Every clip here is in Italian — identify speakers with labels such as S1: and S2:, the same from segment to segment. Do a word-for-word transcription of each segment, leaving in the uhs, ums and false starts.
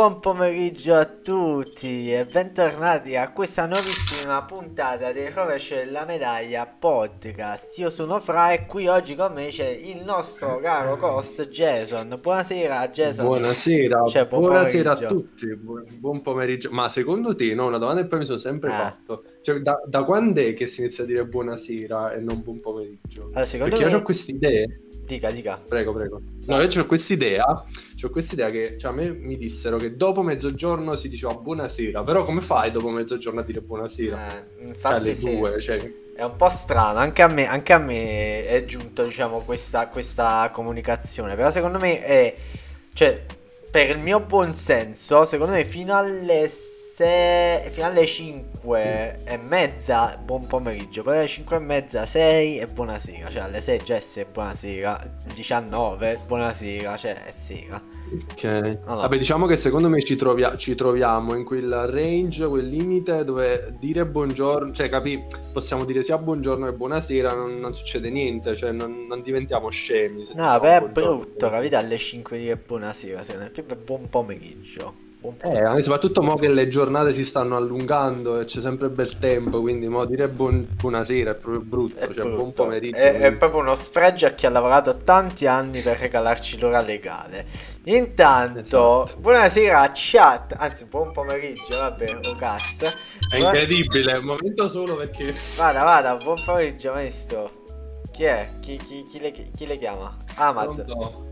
S1: Buon pomeriggio a tutti e bentornati a questa nuovissima puntata del Rovescio della Medaglia podcast. Io sono Fra e qui oggi con me c'è il nostro caro host Jason. Buonasera Jason.
S2: Buonasera,
S1: Cioè, buon
S2: buonasera a
S1: pomeriggio.
S2: tutti, buon, buon pomeriggio. Ma secondo te, no, una domanda che poi mi sono sempre
S1: Ah.
S2: fatto, cioè da, da quando è che si inizia a dire buonasera e non buon pomeriggio?
S1: Allora, secondo
S2: Perché
S1: me...
S2: io ho queste idee.
S1: Dica, dica.
S2: Prego, prego. No, io ho quest'idea, c'ho quest'idea che cioè, a me mi dissero che dopo mezzogiorno si diceva buonasera, però come fai dopo mezzogiorno a dire buonasera?
S1: Eh,
S2: Cioè,
S1: infatti
S2: alle
S1: sì.
S2: due, cioè...
S1: È un po' strano, anche a me, anche a me è giunto, diciamo, questa, questa comunicazione, però secondo me è, cioè, per il mio buon senso, secondo me fino alle sei, fino alle cinque e mezza buon pomeriggio, poi alle cinque e mezza, sei e buonasera, cioè alle sei già è buonasera, diciannove buonasera, cioè è sera.
S2: Ok,
S1: No, no.
S2: vabbè, diciamo che secondo me ci, trovia- ci troviamo in quel range, quel limite dove dire buongiorno, cioè capi, possiamo dire sia buongiorno che buonasera, non, non succede niente, cioè non, non diventiamo scemi. Se
S1: No,
S2: diciamo
S1: beh, è
S2: buongiorno.
S1: brutto, capite, alle cinque dire buonasera, secondo me, proprio buon pomeriggio. Buon
S2: Eh, anche soprattutto mo che le giornate si stanno allungando e c'è sempre bel tempo, quindi mo dire buon- buonasera è proprio brutto,
S1: È
S2: cioè buon
S1: brutto.
S2: pomeriggio.
S1: È, è
S2: quindi-
S1: proprio uno sfregio a chi ha lavorato tanti anni per regalarci l'ora legale. Intanto,
S2: Esatto.
S1: buonasera chat, anzi buon pomeriggio, vabbè, oh cazzo.
S2: È incredibile, è un momento solo perché...
S1: Vada, vada, buon pomeriggio maestro. Chi è? Chi, chi, chi, le, chi le chiama? Amazon.
S2: Pronto?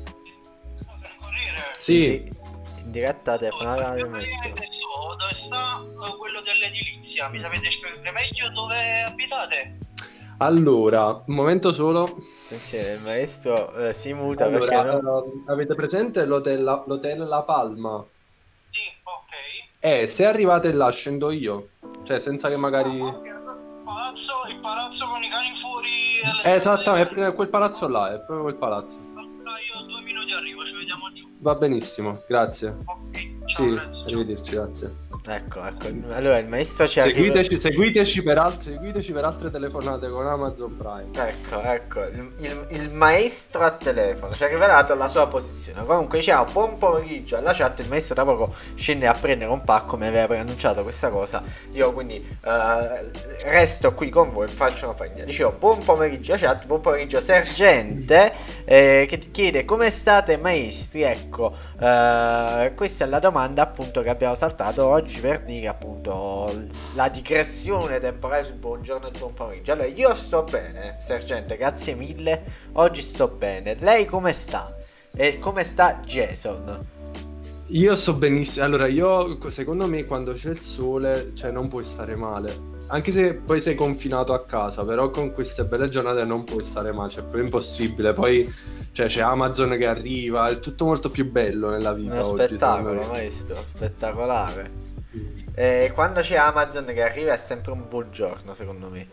S1: In,
S2: Sì,
S1: di- in diretta telefonata del maestro.
S3: Dove sta eh, quello dell'edilizia? Mi sapete spiegare meglio dove abitate?
S2: allora, un momento solo.
S1: Attenzione, il maestro eh, si muta
S2: Allora,
S1: perché non...
S2: eh, avete presente l'hotel La, l'hotel La Palma?
S3: Sì, ok.
S2: Eh, se arrivate là scendo io, cioè senza che magari...
S3: Palazzo, il palazzo con i cani fuori.
S2: Eh, esattamente, è quel palazzo là, è proprio quel palazzo.
S3: Ah, io due minuti arrivo, ci vediamo giù.
S2: Va benissimo, grazie.
S3: Ok, ciao.
S2: Sì,
S3: grazie.
S2: arrivederci, grazie.
S1: Ecco, ecco, allora il maestro ci arriva...
S2: Seguiteci, seguiteci, per altre, seguiteci per altre telefonate con Amazon Prime.
S1: Ecco, ecco, il, il- il maestro a telefono ci ha rivelato la sua posizione. Comunque diciamo, buon pomeriggio alla chat, il maestro da poco scende a prendere un pacco, mi aveva preannunciato questa cosa. Io quindi eh, resto qui con voi, faccio una pagina. Dicevo, buon pomeriggio alla chat, buon pomeriggio sergente, eh, che ti chiede come state maestri. Ecco, eh, questa è la domanda appunto che abbiamo saltato oggi per dire appunto la digressione temporale sul buongiorno e il buon pomeriggio. Allora, io sto bene, sergente, grazie mille. Oggi sto bene. Lei come sta? E come sta Jason?
S2: Io sto benissimo. Allora, io secondo me quando c'è il sole, cioè non puoi stare male. Anche se poi sei confinato a casa, però con queste belle giornate non puoi stare male, cioè è proprio impossibile. Poi cioè, c'è Amazon che arriva, è tutto molto più bello nella vita
S1: Uno
S2: oggi,
S1: spettacolo,
S2: secondo me.
S1: maestro, spettacolare. E quando c'è Amazon che arriva è sempre un buongiorno, secondo me.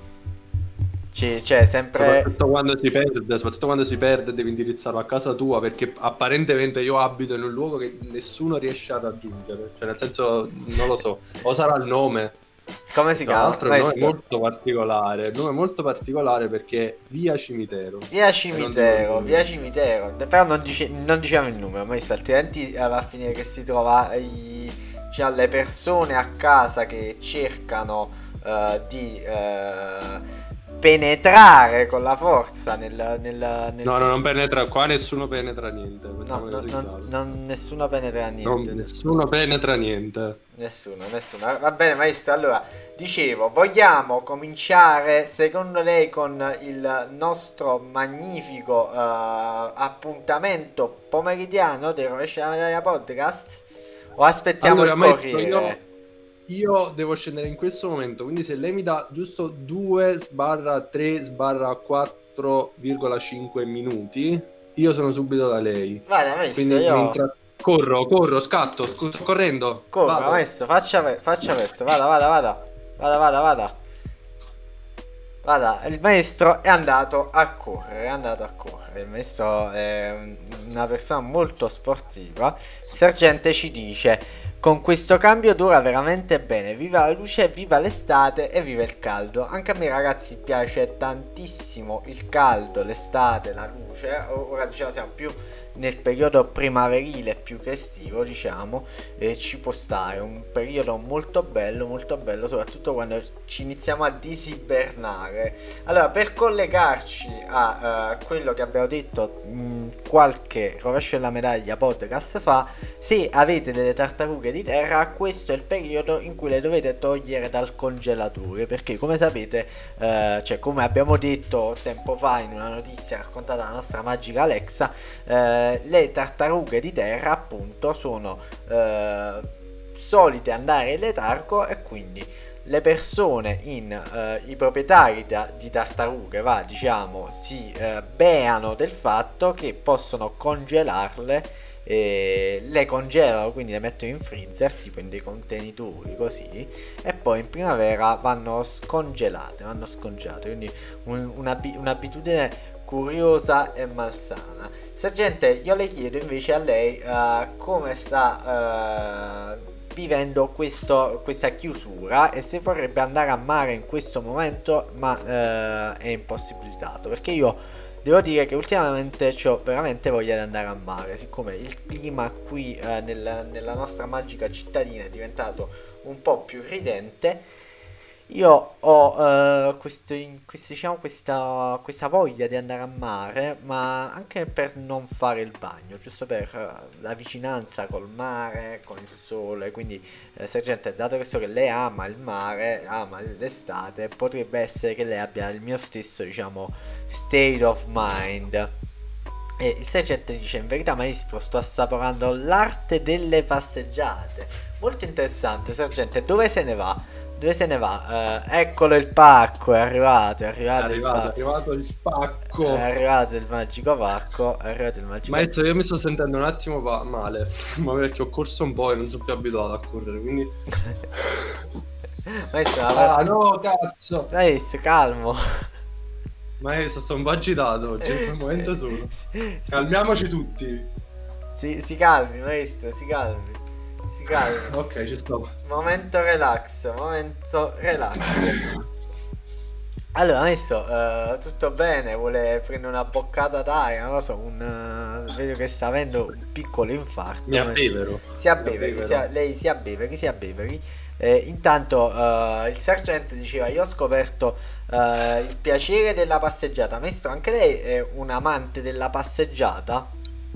S1: C'è, c'è sempre...
S2: Soprattutto quando si perde, soprattutto quando si perde devi indirizzarlo a casa tua, perché apparentemente io abito in un luogo che nessuno riesce a raggiungere, cioè nel senso, non lo so, o sarà il nome.
S1: Come si
S2: Tra
S1: chiama?
S2: l'altro il nome è
S1: Maestro?
S2: molto particolare, il nome è molto particolare perché è Via Cimitero.
S1: Via
S2: E
S1: Cimitero,
S2: non dico il
S1: via
S2: nome.
S1: Cimitero. Però non, dice- non diciamo il numero, maestro, altrimenti eh, va a finire che si trova i, cioè, le persone a casa che cercano eh, di eh, penetrare con la forza nel... nel, nel
S2: No, no, non penetra qua, nessuno penetra niente.
S1: No,
S2: facciamo
S1: no,
S2: così
S1: non,
S2: chiaro.
S1: non- nessuno penetra
S2: Non-
S1: niente.
S2: nessuno penetra niente.
S1: Nessuno, nessuno. Va bene, maestro. Allora, dicevo, vogliamo cominciare secondo lei con il nostro magnifico eh, appuntamento pomeridiano del Rovescio della Medaglia podcast? O aspettiamo
S2: Allora,
S1: il
S2: maestro,
S1: Corriere?
S2: io, io devo scendere in questo momento, quindi se lei mi dà giusto due sbarra tre sbarra quattro virgola cinque minuti, io sono subito da lei.
S1: Vale, maestro,
S2: Quindi mi
S1: io...
S2: intra- corro, corro, scatto, scu- sto correndo.
S1: Corra,
S2: Vado.
S1: maestro, faccia, ve- faccia questo. Vada, vada, vada. Vada, vada, vada. Vada, il maestro è andato a correre, è andato a correre. Il maestro è un- una persona molto sportiva. Il sergente ci dice: con questo cambio dura veramente bene. Viva la luce, viva l'estate e viva il caldo. Anche a me, ragazzi, piace tantissimo il caldo, l'estate, la luce. Ora diciamo siamo più nel periodo primaverile più che estivo, diciamo, e ci può stare un periodo molto bello, molto bello, soprattutto quando ci iniziamo a disibernare. Allora, per collegarci a uh, quello che abbiamo detto mh, qualche rovescio della medaglia podcast fa, se avete delle tartarughe di terra, questo è il periodo in cui le dovete togliere dal congelatore, perché come sapete, uh, cioè come abbiamo detto tempo fa in una notizia raccontata dalla nostra magica Alexa, uh, le tartarughe di terra appunto sono uh, solite andare in letargo, e quindi le persone in uh, i proprietari da, di tartarughe va diciamo si uh, beano del fatto che possono congelarle, e le congelano, quindi le mettono in freezer tipo in dei contenitori così, e poi in primavera vanno scongelate vanno scongelate quindi un, una, un'abitudine curiosa e malsana. Sergente, io le chiedo invece a lei uh, come sta uh, vivendo questo, questa chiusura, e se vorrebbe andare a mare in questo momento, ma uh, è impossibilitato, perché io devo dire che ultimamente ho veramente voglia di andare a mare, siccome il clima qui uh, nel, nella nostra magica cittadina è diventato un po' più ridente. Io ho uh, questo, questo, diciamo, questa, questa voglia di andare a mare, ma anche per non fare il bagno, giusto per uh, la vicinanza col mare, con il sole. Quindi, eh, sergente, dato che so che lei ama il mare, ama l'estate, potrebbe essere che lei abbia il mio stesso, diciamo, state of mind. E il sergente dice: in verità, maestro, sto assaporando l'arte delle passeggiate. Molto interessante, sergente. Dove se ne va? Dove se ne va? Uh, eccolo il pacco, è arrivato, è arrivato,
S2: è arrivato,
S1: il,
S2: è arrivato il pacco.
S1: È arrivato il magico pacco, è arrivato il magico
S2: Maestro, io mi sto sentendo un attimo va- male, ma perché ho corso un po' e non sono più abituato a correre, quindi...
S1: Maestro,
S2: ah,
S1: per...
S2: no, cazzo!
S1: Maestro, calmo.
S2: Maestro, sto un po' agitato oggi, in quel momento solo.
S1: si,
S2: Calmiamoci tutti.
S1: Si, si calmi, maestro, si calmi. Si calmi.
S2: Ok, ci sto.
S1: Momento relax, momento relax. Allora, maestro, uh, tutto bene? Vuole prendere una boccata d'aria? Non lo so, un, uh, vedo che sta avendo un piccolo infarto.
S2: Mi abbevero.
S1: Si abbeveri, si a, lei si abbeveri, si abbeveri. Eh, intanto uh, il sergente diceva: io ho scoperto uh, il piacere della passeggiata. Maestro, anche lei è un amante della passeggiata?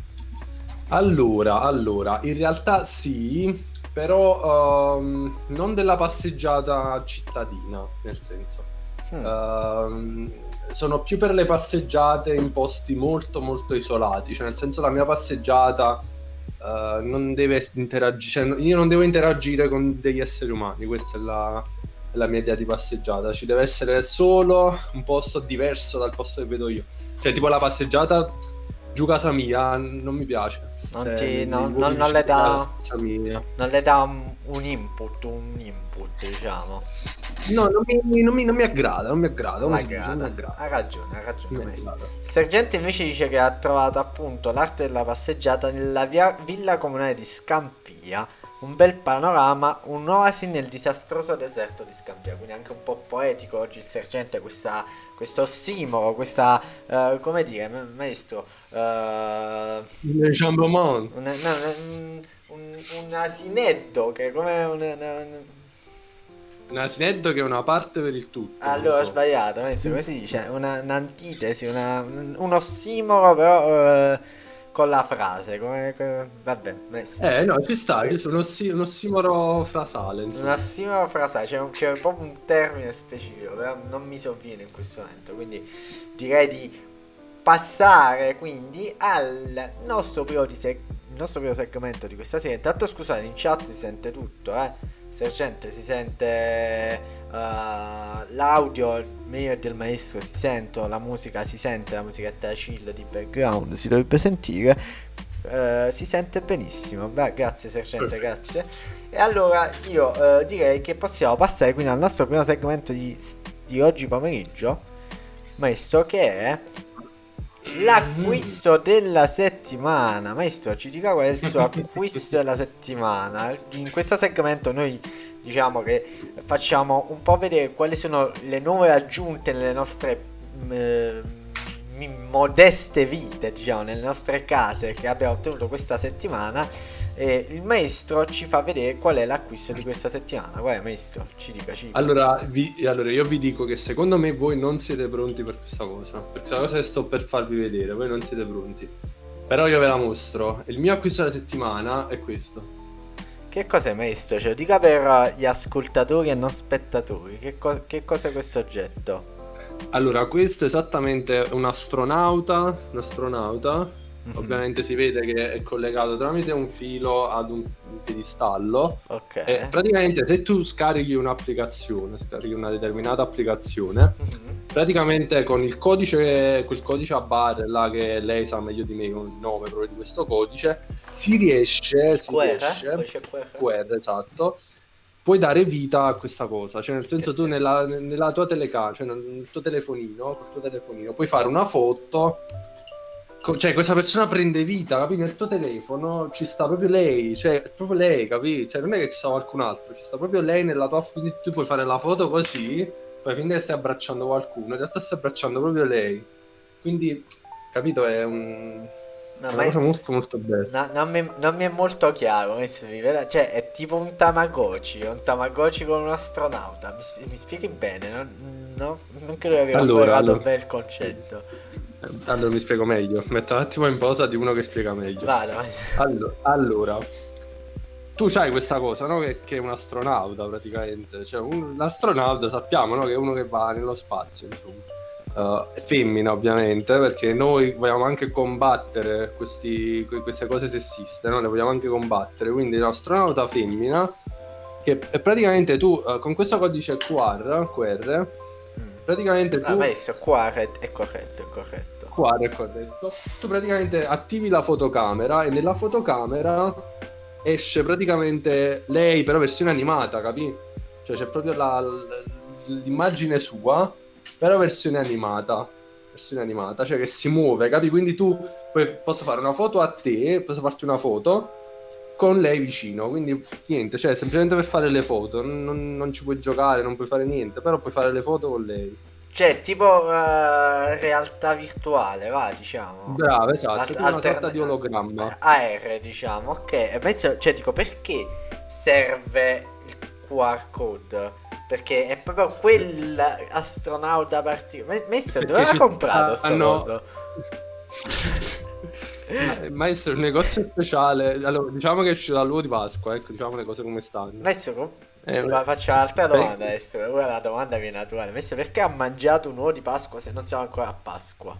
S2: Allora, allora, in realtà sì, però um, non della passeggiata cittadina, nel senso. Hmm. Uh, sono più per le passeggiate in posti molto molto isolati, cioè nel senso la mia passeggiata uh, non deve interagire, cioè io non devo interagire con degli esseri umani, questa è la, è la mia idea di passeggiata, ci deve essere solo un posto diverso dal posto che vedo io, cioè tipo la passeggiata giù casa mia non mi piace.
S1: Non,
S2: cioè,
S1: ti, non, non, non le dà non le dà un, un input, un input diciamo.
S2: No, non mi, non mi, non mi aggrada, non mi aggrada,
S1: non aggrada. Non mi aggrada. Ha ragione, ha ragione. Il sergente invece dice che ha trovato appunto l'arte della passeggiata nella via, villa comunale di Scampia. Un bel panorama, un'oasi nel disastroso deserto di Scampia. Quindi anche un po' poetico oggi il sergente, questa, questo ossimoro, questa, uh, come dire, maestro, uh,
S2: un,
S1: no, un, un, un asineddo che è come un, un,
S2: un asineddo che è una parte per il tutto.
S1: Allora ho sbagliato, maestro, come si dice? Una, un'antitesi, una, un ossimoro però... Uh, con la frase, come, come vabbè.
S2: Eh no, ci sta, ci sta un, ossi, un ossimoro frasale. Insomma.
S1: Un ossimoro frasale, c'è, c'è proprio un termine specifico, però non mi sovviene in questo momento, quindi direi di passare quindi al nostro primo, di seg- il nostro primo segmento di questa sera. Intanto scusate, in chat si sente tutto, eh. Sergente, si sente uh, l'audio mio e del maestro, si sente la musica, si sente la musichetta chill di background, si dovrebbe sentire, uh, si sente benissimo. Beh, grazie sergente, grazie. E allora io uh, direi che possiamo passare quindi al nostro primo segmento di, di oggi pomeriggio, maestro, che è L'acquisto della settimana. Maestro, ci dica qual è il suo acquisto della settimana. In questo segmento noi diciamo che facciamo un po' vedere quali sono le nuove aggiunte nelle nostre eh, modeste vite, diciamo, nelle nostre case che abbiamo ottenuto questa settimana, e il maestro ci fa vedere qual è l'acquisto di questa settimana. Qual è, maestro? Ci dica, ci dica.
S2: Allora, vi, allora io vi dico che secondo me voi non siete pronti per questa cosa, per questa cosa che sto per farvi vedere, voi non siete pronti, però io ve la mostro. Il mio acquisto della settimana è questo.
S1: Che cos'è, maestro? Ce lo dica per gli ascoltatori e non spettatori. Che, co- che cos'è questo oggetto?
S2: Allora, questo è esattamente un astronauta, un astronauta, mm-hmm. Ovviamente si vede che è collegato tramite un filo ad un piedistallo.
S1: Ok.
S2: E praticamente se tu scarichi un'applicazione, scarichi una determinata applicazione, mm-hmm. praticamente con il codice, quel codice a barre là che lei sa meglio di me, con il nome proprio di questo codice, si riesce, si
S1: Q R,
S2: riesce, Q R. Q R, esatto, puoi dare vita a questa cosa, cioè nel senso che tu nella, nella tua telecamera, cioè nel tuo telefonino, col tuo telefonino puoi fare una foto, cioè questa persona prende vita, capi? Nel tuo telefono ci sta proprio lei, cioè è proprio lei, capi? Cioè non è che ci sta qualcun altro, ci sta proprio lei nella tua, quindi tu puoi fare la foto così, fai finta che stai abbracciando qualcuno, in realtà stai abbracciando proprio lei, quindi capito, è un...
S1: No,
S2: è una cosa molto molto bella.
S1: No, non, mi, non mi è molto chiaro, cioè è tipo un Tamagotchi, è un Tamagotchi con un astronauta, mi, mi spieghi bene, no? No, non credo di aver
S2: allora,
S1: afferrato
S2: allora.
S1: bene il concetto.
S2: Allora mi spiego meglio, metto un attimo in pausa di uno che spiega meglio.
S1: Vado, vai.
S2: Allora, allora tu c'hai questa cosa, no? Che, che è un astronauta praticamente, cioè un, l'astronauta sappiamo, no? Che è uno che va nello spazio, insomma. Uh, femmina ovviamente, perché noi vogliamo anche combattere questi, queste cose sessiste, no? Le vogliamo anche combattere, quindi l'astronauta femmina che praticamente tu uh, con questo codice Q R, Q R mm. praticamente tu...
S1: Ah, maestro, Q R è, è corretto, è corretto.
S2: Q R è corretto. Tu praticamente attivi la fotocamera e nella fotocamera esce praticamente lei, però versione animata, capi? Cioè c'è proprio la, l'immagine sua, però versione animata, versione animata, cioè che si muove, capi? Quindi tu puoi, posso fare una foto a te, posso farti una foto con lei vicino, quindi niente, cioè semplicemente per fare le foto, non, non ci puoi giocare, non puoi fare niente, però puoi fare le foto con lei.
S1: Cioè tipo uh, realtà virtuale, va, diciamo.
S2: Bravo, esatto,
S1: Alt-
S2: una
S1: altern-
S2: sorta di ologramma.
S1: A R, diciamo, ok. Penso, cioè dico, perché serve il Q R code? Perché è proprio quell'astronauta particolare. Maestro, dove l'ha comprato sto
S2: no.
S1: coso?
S2: Maestro, il negozio speciale. Allora, diciamo che è uscito dall'uovo di Pasqua, ecco, diciamo le cose come stanno.
S1: Maestro,
S2: eh,
S1: faccio un'altra domanda adesso. Ora la domanda viene naturale. Maestro, perché ha mangiato un uovo di Pasqua se non siamo ancora a Pasqua?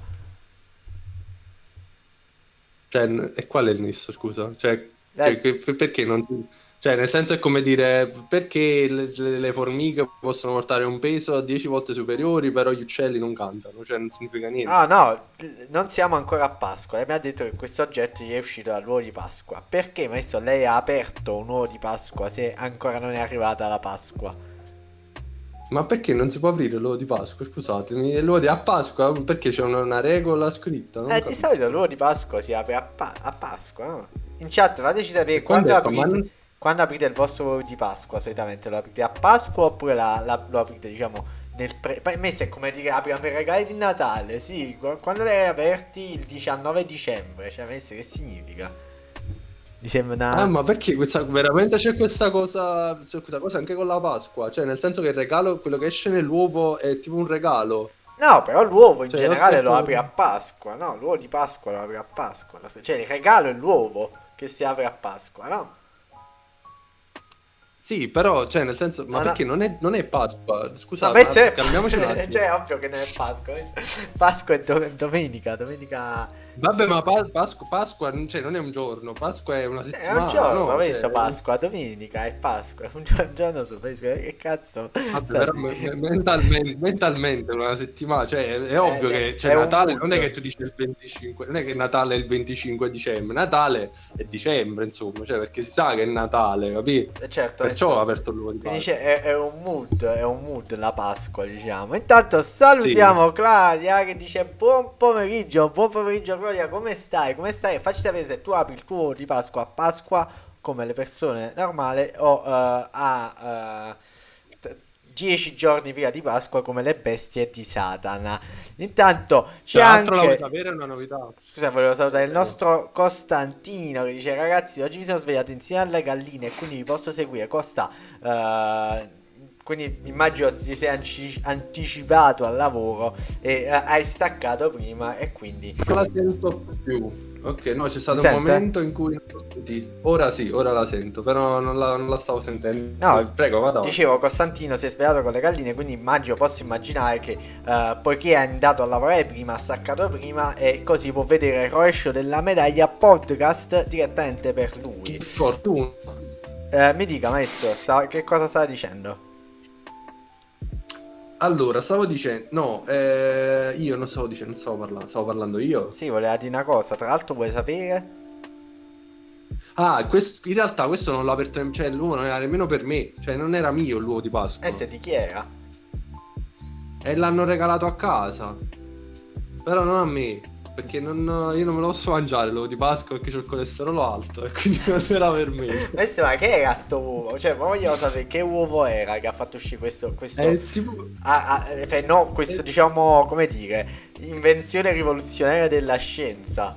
S2: Cioè, e qual è il nesso, scusa? Cioè,
S1: eh.
S2: che, che, perché non... Cioè, nel senso è come dire, perché le, le formiche possono portare un peso dieci volte superiori, però gli uccelli non cantano, cioè non significa niente.
S1: Ah, no, non siamo ancora a Pasqua. Lei mi ha detto che questo oggetto gli è uscito dall'uovo di Pasqua. Perché, maestro, lei ha aperto un uovo di Pasqua se ancora non è arrivata la Pasqua?
S2: Ma perché non si può aprire l'uovo di Pasqua? Scusatemi, l'uovo di a Pasqua perché c'è una, una regola scritta? Non
S1: eh,
S2: capisco.
S1: Di solito l'uovo di Pasqua si apre a, pa- a Pasqua, no? In chat fateci sapere quando, quando aprite... Man... Quando aprite il vostro uovo di Pasqua, solitamente lo aprite a Pasqua oppure la, la, lo aprite, diciamo, nel pre... Per me è come dire apriamo i regali di Natale, sì, quando li hai aperti il diciannove dicembre, cioè, che significa? Mi sembra una...
S2: Ah, ma perché questa, veramente c'è questa cosa, c'è questa cosa anche con la Pasqua? Cioè, nel senso che il regalo, quello che esce nell'uovo è tipo un regalo?
S1: No, però l'uovo in
S2: cioè,
S1: generale
S2: aspetto...
S1: lo apri a Pasqua, no? L'uovo di Pasqua lo apri a Pasqua, cioè il regalo è l'uovo che si apre a Pasqua, no?
S2: Sì, però, cioè, nel senso, ma
S1: no,
S2: perché
S1: no.
S2: non, è, non è Pasqua? Scusate, ma
S1: se...
S2: calmiamoci un attimo.
S1: Cioè, è ovvio che non è Pasqua. Pasqua è do- domenica, domenica...
S2: Vabbè, ma pa- Pasqua, Pasqua cioè, non è un giorno, Pasqua è una settimana.
S1: È un giorno,
S2: no?
S1: ho visto
S2: cioè...
S1: Pasqua, domenica è Pasqua, è un giorno, un giorno su Facebook, che cazzo?
S2: Vabbè, però mentalmente, mentalmente una settimana, cioè è, è ovvio
S1: è,
S2: che cioè, Natale non è che tu dici il venticinque, non è che Natale è il venticinque dicembre, Natale è dicembre, insomma, cioè perché si sa che è Natale, capito?
S1: Certo,
S2: perché perciò ho aperto l'uovo di
S1: Quindi
S2: Pasqua.
S1: c'è, è, è un mood, è un mood la Pasqua, diciamo. Intanto salutiamo sì. Claudia che dice buon pomeriggio, buon pomeriggio Claudia, come stai? Come stai? Facci sapere se tu apri il tuo uovo di Pasqua a Pasqua come le persone normali o uh, a uh, dieci giorni prima di Pasqua come le bestie di Satana. Intanto c'è
S2: Tra
S1: anche...
S2: l'altro la vuoi sapere una novità?
S1: Scusa, volevo salutare il nostro Costantino che dice ragazzi oggi mi sono svegliato insieme alle galline e quindi vi posso seguire. Costa, uh, quindi immagino ti sei anci- anticipato al lavoro e uh, hai staccato prima e quindi...
S2: Non la sento più. Ok, no, c'è stato
S1: Sente?
S2: un momento in cui... Ora sì, ora la sento, però non la, non la stavo sentendo.
S1: No,
S2: prego, vada.
S1: Dicevo, Costantino si è svegliato con le galline, quindi immagino, posso immaginare che uh, poiché è andato a lavorare prima, ha staccato prima e così può vedere il rovescio della medaglia podcast direttamente per lui.
S2: Che fortuna.
S1: Uh, mi dica, maestro, sta, che cosa stava dicendo?
S2: Allora, stavo dicendo, no, eh, io non stavo dicendo, non stavo parlando, stavo parlando io.
S1: Sì, voleva dire una cosa, tra l'altro vuoi sapere?
S2: Ah, questo, in realtà questo non l'ho aperto, cioè l'uovo non era nemmeno per me, cioè non era mio l'uovo di Pasqua.
S1: E se di chi era?
S2: E l'hanno regalato a casa, però non a me, perché non, io non me lo posso mangiare l'uovo di Pasqua perché ho il colesterolo alto e quindi non era per me.
S1: Maestro, ma che era sto uovo? Cioè, ma vogliamo sapere che uovo era che ha fatto uscire questo... questo...
S2: Eh, tipo...
S1: ah, ah, cioè, no, questo eh... diciamo, come dire, invenzione rivoluzionaria della scienza.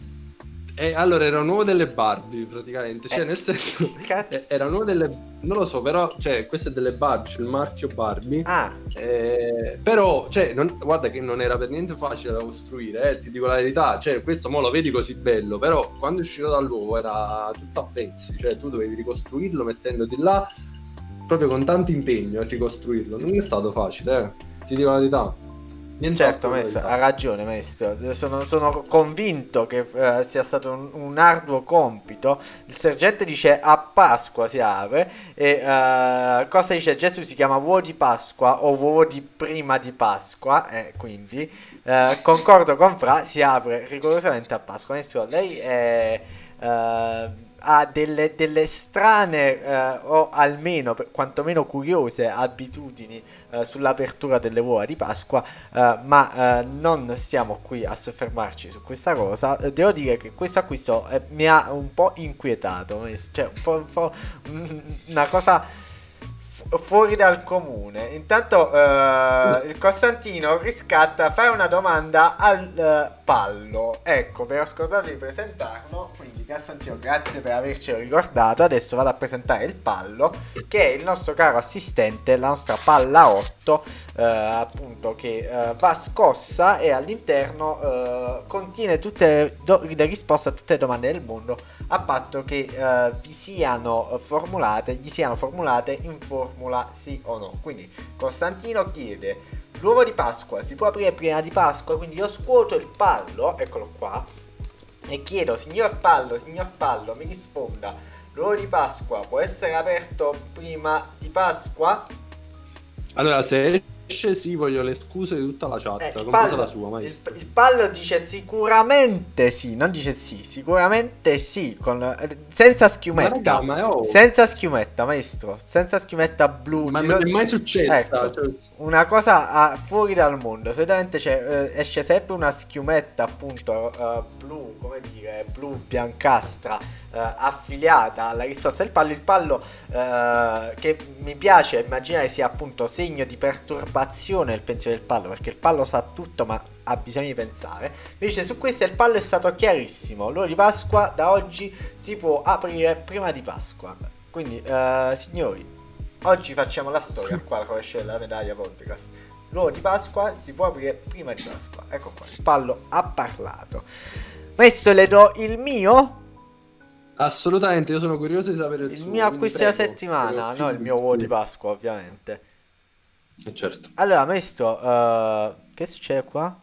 S2: Eh, allora era un uovo delle Barbie praticamente, cioè eh, nel senso eh, era un uovo delle, non lo so, però cioè questo è delle Barbie, c'è il marchio Barbie,
S1: ah.
S2: eh, però cioè non, guarda che non era per niente facile da costruire, eh, ti dico la verità, cioè questo mo lo vedi così bello, però quando è uscito dall'uovo era tutto a pezzi, cioè tu dovevi ricostruirlo mettendoti là proprio con tanto impegno a ricostruirlo, non è stato facile, eh, ti dico la verità.
S1: Niente. Certo, maestro, ha ragione, maestro. Sono, sono convinto che uh, sia stato un, un arduo compito. Il sergente dice a Pasqua si apre. E uh, cosa dice? Gesù si chiama uovo di Pasqua o uovo di prima di Pasqua. Eh, quindi uh, concordo con Fra, si apre rigorosamente a Pasqua. Maestro, lei è. Uh, ha delle, delle strane eh, o almeno per, quantomeno curiose abitudini eh, sull'apertura delle uova di Pasqua, eh, ma eh, non stiamo qui a soffermarci su questa cosa. Eh, devo dire che questo acquisto eh, mi ha un po' inquietato, cioè un po', un po' una cosa fuori dal comune. Intanto eh, il Costantino riscatta fare una domanda al eh, Pallo. Ecco, per ho scordato di presentarlo, quindi Costantino, grazie per avercelo ricordato. Adesso vado a presentare il Pallo, che è il nostro caro assistente, la nostra palla otto, eh, appunto, che eh, va scossa e all'interno eh, contiene tutte do- le risposte a tutte le domande del mondo, a patto che eh, vi siano formulate, gli siano formulate in formula sì o no. Quindi Costantino chiede: l'uovo di Pasqua si può aprire prima di Pasqua? Quindi io scuoto il Pallo, eccolo qua, e chiedo: signor Pallo, signor Pallo, mi risponda, l'uovo di Pasqua può essere aperto prima di Pasqua?
S2: Allora, se esce sì, voglio le scuse di tutta la chat,
S1: eh,
S2: compresa la sua,
S1: il, il Pallo dice sicuramente sì, non dice sì, sicuramente sì, con, senza schiumetta, ma raga, ma senza schiumetta, maestro, senza schiumetta blu.
S2: Ma non è mai successa,
S1: ecco,
S2: cioè...
S1: una cosa a, fuori dal mondo. Solitamente c'è, eh, esce sempre una schiumetta appunto uh, blu, come dire, blu biancastra, uh, affiliata alla risposta del Pallo. Il Pallo uh, che mi piace immaginare sia appunto segno di perturbazione il pensiero del Pallo, perché il Pallo sa tutto ma ha bisogno di pensare. Invece su questo il Pallo è stato chiarissimo: l'uovo di Pasqua da oggi si può aprire prima di Pasqua. Quindi uh, signori, oggi facciamo la storia qua alla rovescia della medaglia podcast. L'uovo di Pasqua si può aprire prima di Pasqua. Ecco qua, il Pallo ha parlato. Maestro, le do il mio?
S2: Assolutamente, io sono curioso di sapere il,
S1: il
S2: suo,
S1: mio acquisto della settimana, no il mio uovo di Pasqua ovviamente.
S2: Eh certo.
S1: Allora, maestro, uh, che succede qua?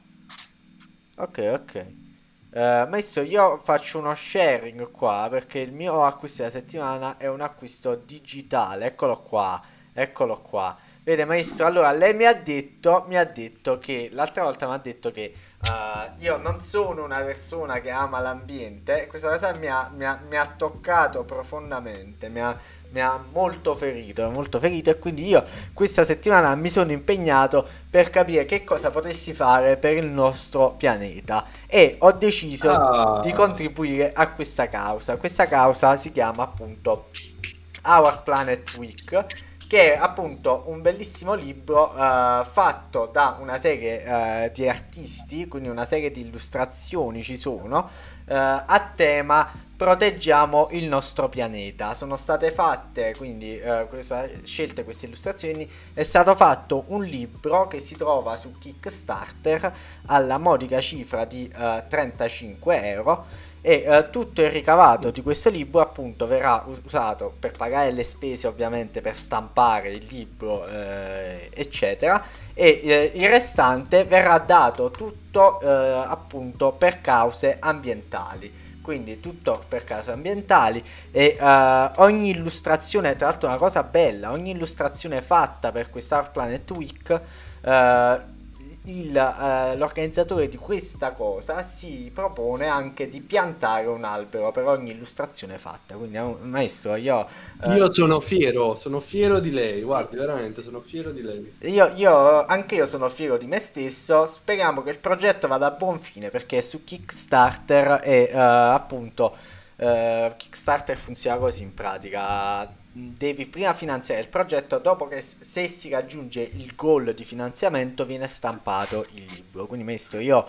S1: Ok, ok. Uh, maestro, io faccio uno sharing qua perché il mio acquisto della settimana è un acquisto digitale. Eccolo qua, eccolo qua. Vede maestro, allora lei mi ha detto, mi ha detto che l'altra volta mi ha detto che uh, io non sono una persona che ama l'ambiente. Questa cosa mi ha, mi ha, mi ha toccato profondamente, mi ha, mi ha molto ferito, molto ferito e quindi io questa settimana mi sono impegnato per capire che cosa potessi fare per il nostro pianeta e ho deciso
S2: Ah.
S1: di contribuire a questa causa. Questa causa si chiama appunto Our Planet Week, che è appunto un bellissimo libro uh, fatto da una serie uh, di artisti, quindi una serie di illustrazioni ci sono uh, a tema proteggiamo il nostro pianeta. Sono state fatte, quindi uh, questa, scelte queste illustrazioni, è stato fatto un libro che si trova su Kickstarter alla modica cifra di uh, trentacinque euro. E eh, tutto il ricavato di questo libro appunto verrà usato per pagare le spese, ovviamente per stampare il libro eh, eccetera, e eh, il restante verrà dato tutto eh, appunto per cause ambientali. Quindi tutto per cause ambientali e uh, ogni illustrazione, tra l'altro una cosa bella, ogni illustrazione fatta per questa Our Planet Week, uh, il, uh, l'organizzatore di questa cosa si propone anche di piantare un albero per ogni illustrazione fatta. Quindi uh, maestro, io uh,
S2: io sono fiero, sono fiero di lei, guardi, veramente sono fiero di lei.
S1: Io, io, anche io sono fiero di me stesso. Speriamo che il progetto vada a buon fine, perché su Kickstarter e uh, appunto uh, Kickstarter funziona così in pratica. Devi prima finanziare il progetto, dopo che se si raggiunge il goal di finanziamento viene stampato il libro. Quindi maestro, io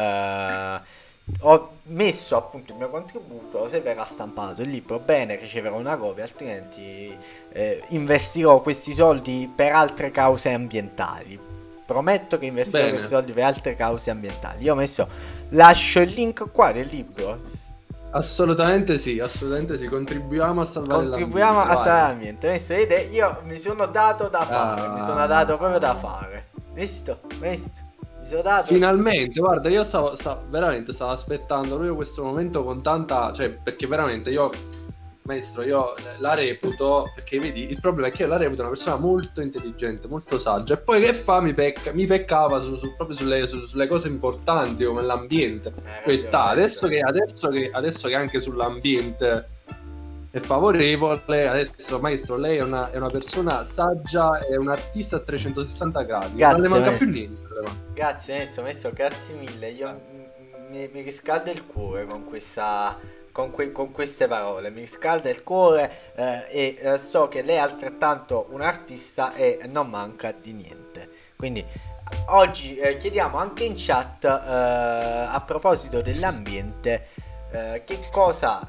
S1: uh, ho messo appunto il mio contributo. Se verrà stampato il libro bene, riceverò una copia, altrimenti eh, investirò questi soldi per altre cause ambientali. Prometto che investirò
S2: Bene.
S1: questi soldi per altre cause ambientali. Io ho messo, lascio il link qua del libro.
S2: Assolutamente sì, assolutamente sì, contribuiamo a salvare
S1: Contribuiamo
S2: l'ambiente,
S1: a
S2: vai.
S1: salvare l'ambiente. Adesso vedete, io mi sono dato da fare,
S2: Ah.
S1: mi sono dato proprio da fare. Visto? Visto? Mi sono dato.
S2: Finalmente, guarda, io stavo, stavo veramente stavo aspettando proprio questo momento con tanta, cioè, perché veramente io, maestro, io la reputo, perché vedi, il problema è che io la reputo una persona molto intelligente, molto saggia, e poi che fa? Mi pecca, mi peccava su, su- proprio sulle, su- sulle cose importanti come l'ambiente.
S1: Eh,
S2: Poi
S1: ragione,
S2: sta,
S1: maestro.
S2: adesso che, adesso che adesso che anche sull'ambiente è favorevole, adesso maestro, lei è una, è una persona saggia, è un artista a trecentosessanta gradi,
S1: Grazie,
S2: non le manca più
S1: maestro.
S2: niente, le manca.
S1: Grazie maestro, maestro, grazie mille. Io m- mi, mi riscalda il cuore con questa con, que- con queste parole, mi riscalda il cuore eh, e eh, so che lei è altrettanto un artista e non manca di niente. Quindi oggi eh, chiediamo anche in chat eh, a proposito dell'ambiente eh, che cosa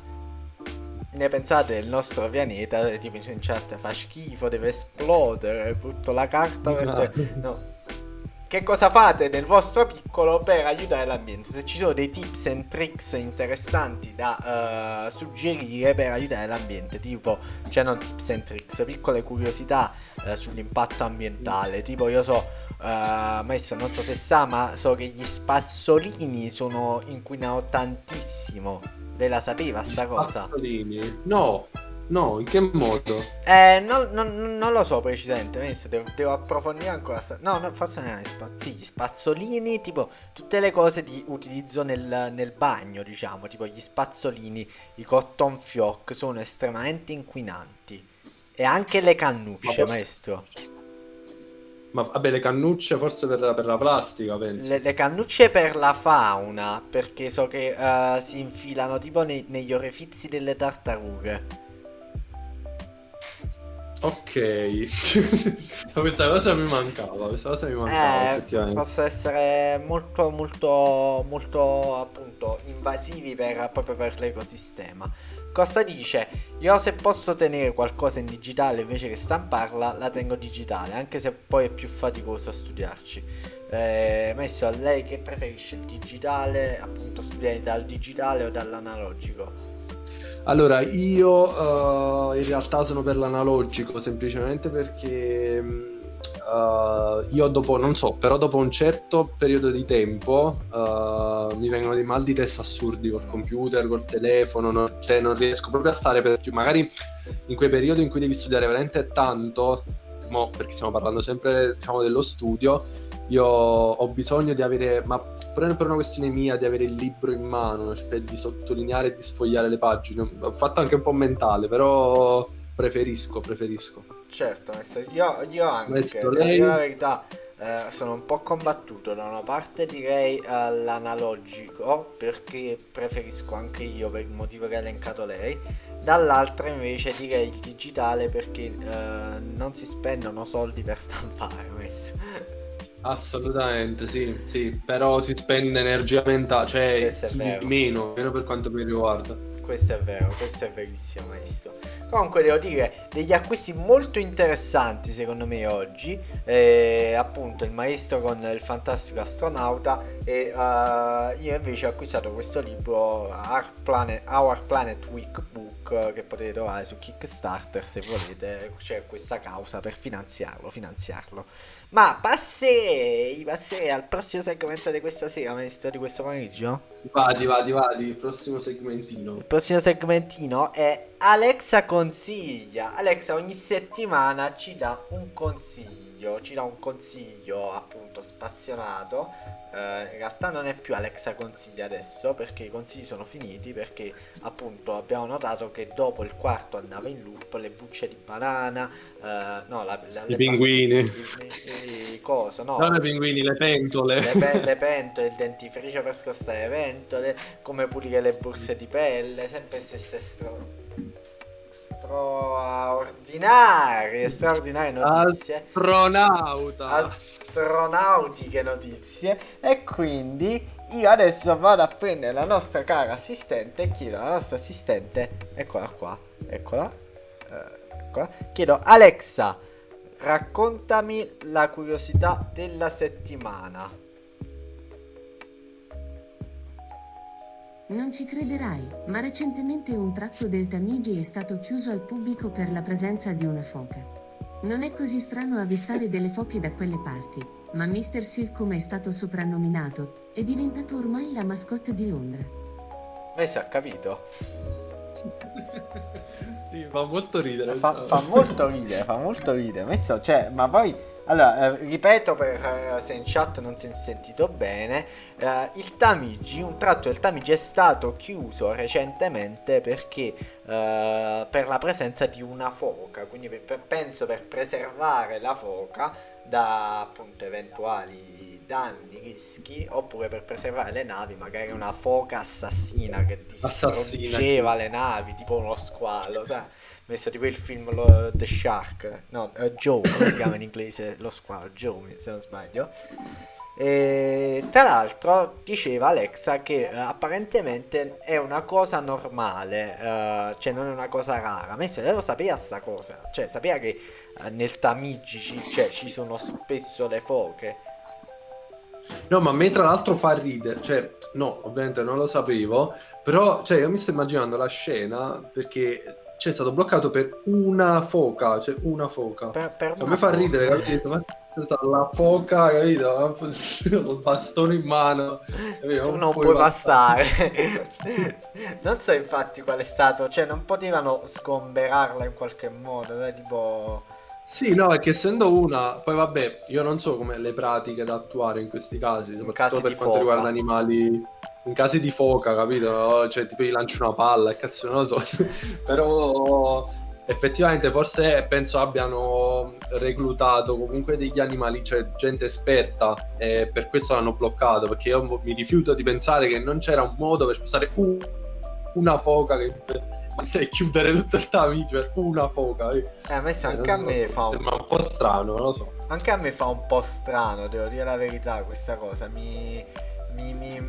S1: ne pensate del nostro pianeta. Tipo in chat fa schifo, deve esplodere, butto la carta per te. No. Che cosa fate nel vostro piccolo per aiutare l'ambiente? Se ci sono dei tips and tricks interessanti da uh, suggerire per aiutare l'ambiente, tipo, cioè non tips and tricks, piccole curiosità uh, sull'impatto ambientale. Tipo io so, uh, maestro, non so se sa, ma so che gli spazzolini sono inquinano tantissimo. Lei la sapeva sta cosa?
S2: Spazzolini? No, no, in che modo?
S1: Eh, non, non- non lo so precisamente, maestro, devo, devo approfondire ancora. sta- No, no, forse non è spaz- sì, gli spazzolini, tipo tutte le cose di utilizzo nel, nel bagno, diciamo, tipo gli spazzolini, i cotton fioc sono estremamente inquinanti. E anche le cannucce,
S2: Ma posso-
S1: maestro.
S2: Ma vabbè, le cannucce forse per la, per la plastica, penso.
S1: Le, le cannucce per la fauna, perché so che eh, si infilano tipo nei- negli orefizi delle tartarughe.
S2: Ok. Questa cosa mi mancava, questa cosa mi mancava,
S1: Eh,
S2: effettivamente.
S1: possono essere molto, molto, molto appunto invasivi per, proprio per l'ecosistema. Cosa dice? Io se posso tenere qualcosa in digitale invece che stamparla, la tengo digitale, anche se poi è più faticoso a studiarci. Eh, messo a lei che preferisce il digitale, appunto studiare dal digitale o dall'analogico?
S2: Allora, io eh, in realtà sono per l'analogico, semplicemente perché mh, eh, io dopo, non so, però dopo un certo periodo di tempo eh, mi vengono dei mal di testa assurdi col computer, col telefono, non, cioè non riesco proprio a stare per più, magari in quei periodi in cui devi studiare veramente tanto, mo, perché stiamo parlando sempre, diciamo, dello studio, io ho bisogno di avere, ma pure per una questione mia, di avere il libro in mano, cioè di sottolineare e di sfogliare le pagine. Ho fatto anche un po' mentale, però preferisco, preferisco.
S1: Certo, maestro, io, io anche,
S2: Maestro,
S1: devo
S2: lei...
S1: dire la verità, eh, sono un po' combattuto. Da una parte direi all'analogico, perché preferisco anche io per il motivo che ha elencato lei, dall'altra invece direi il digitale perché eh, non si spendono soldi per stampare, maestro.
S2: Assolutamente, sì, sì, però si spende energia mentale, cioè
S1: Questo è
S2: sì,
S1: vero.
S2: meno, meno per quanto mi riguarda.
S1: Questo è vero, questo è verissimo, maestro. Comunque devo dire, degli acquisti molto interessanti secondo me oggi. Eh, appunto il maestro con il fantastico astronauta e uh, io invece ho acquistato questo libro Our Planet, Our Planet Week Book, che potete trovare su Kickstarter se volete. C'è questa causa per finanziarlo, finanziarlo. Ma passerei, passerei al prossimo segmento di questa sera, maestro, di questo pomeriggio.
S2: Vadi, vadi, vadi, il prossimo segmentino.
S1: Il prossimo segmentino è Alexa consiglia. Alexa ogni settimana ci dà un consiglio, ci dà un consiglio appunto spassionato. Eh, in realtà non è più Alexa consiglia adesso perché i consigli sono finiti, perché appunto abbiamo notato che dopo il quarto andava in loop le bucce di banana, eh, no, la, la,
S2: I
S1: le
S2: pinguini.
S1: ba- i, i, i coso, no,
S2: Non i pinguini, le pentole.
S1: le, pe- le pentole, il dentifricio per scostare le pentole, come pulire le borse di pelle, sempre stesse stro... straordinarie, straordinarie notizie.
S2: Astronauta.
S1: Astronautiche notizie. E quindi io adesso vado a prendere la nostra cara assistente e chiedo alla nostra assistente, eccola qua, eccola, eh, eccola. Chiedo: Alexa, raccontami la curiosità della settimana.
S4: Non ci crederai, ma recentemente un tratto del Tamigi è stato chiuso al pubblico per la presenza di una foca. Non è così strano avvistare delle foche da quelle parti, ma mister Silk, come è stato soprannominato, è diventato ormai la mascotte di Londra.
S1: Adesso ha capito?
S2: Sì, fa molto ridere.
S1: Fa, fa molto ridere, fa molto ridere. Messo, cioè, ma poi... Allora, eh, ripeto per eh, se in chat non si è sentito bene, eh, il Tamigi, un tratto del Tamigi è stato chiuso recentemente perché eh, per la presenza di una foca, quindi per, per- penso per preservare la foca da appunto eventuali danni, rischi, oppure per preservare le navi, magari una foca assassina che distruggeva le navi, tipo uno squalo, sai? Messo tipo il film lo, The Shark, no, uh, Joe, come si chiama in inglese lo squalo? Joe, se non sbaglio. E tra l'altro diceva Alexa che eh, apparentemente è una cosa normale, eh, cioè non è una cosa rara. Messo, lei lo sapeva sta cosa, cioè sapeva che eh, nel Tamigi ci, cioè, ci sono spesso le foche.
S2: No, ma a me tra l'altro fa ridere, cioè, no, ovviamente non lo sapevo, però, cioè, io mi sto immaginando la scena perché c'è stato bloccato per una foca, cioè una foca.
S1: Per, per
S2: A
S1: una
S2: me fa
S1: foca.
S2: ridere, capito? Ma c'è stata la foca, capito? Il bastone in mano. Capito?
S1: Tu non puoi passare. Non so infatti qual è stato, cioè non potevano sgomberarla in qualche modo, dai, tipo...
S2: Sì, no, perché essendo una, poi vabbè, io non so come le pratiche da attuare in questi casi, soprattutto
S1: casi
S2: per
S1: di
S2: quanto
S1: foca.
S2: riguarda animali, in casi di foca, capito? Cioè, tipo gli lanci una palla, e cazzo, non lo so. Però effettivamente forse penso abbiano reclutato comunque degli animali, cioè gente esperta, e per questo l'hanno bloccato, perché io mi rifiuto di pensare che non c'era un modo per spostare un- una foca che... e chiudere tutto il Tamigi per una foca. Eh,
S1: Eh, messo
S2: Eh,
S1: anche a
S2: non lo
S1: me
S2: so,
S1: fa un...
S2: sembra un po' strano, non lo so.
S1: Anche a me fa un po' strano, devo dire la verità, questa cosa. Mi... Mi... Mi...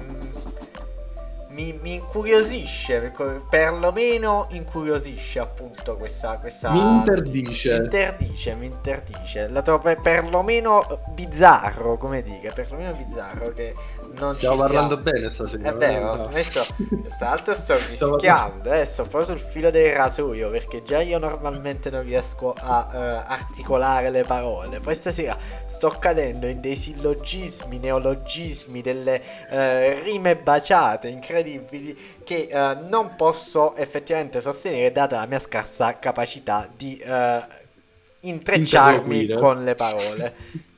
S1: Mi, mi incuriosisce, perché- perlomeno incuriosisce appunto questa, questa
S2: Mi interdice.
S1: Mi interdice, mi interdice. La trovo per- perlomeno bizzarro, come dire, perlomeno bizzarro che non
S2: Stiamo
S1: ci
S2: parlando
S1: sia...
S2: bene stasera.
S1: È vero,
S2: no?
S1: adesso tra l'altro sto
S2: Stiamo-
S1: rischiando, eh, sto proprio sul filo del rasoio perché già io normalmente non riesco a eh, articolare le parole. Poi stasera sto cadendo in dei sillogismi, neologismi, delle eh, rime baciate incredibili che eh, non posso effettivamente sostenere data la mia scarsa capacità di eh, intrecciarmi
S2: Interloquire.
S1: con le parole.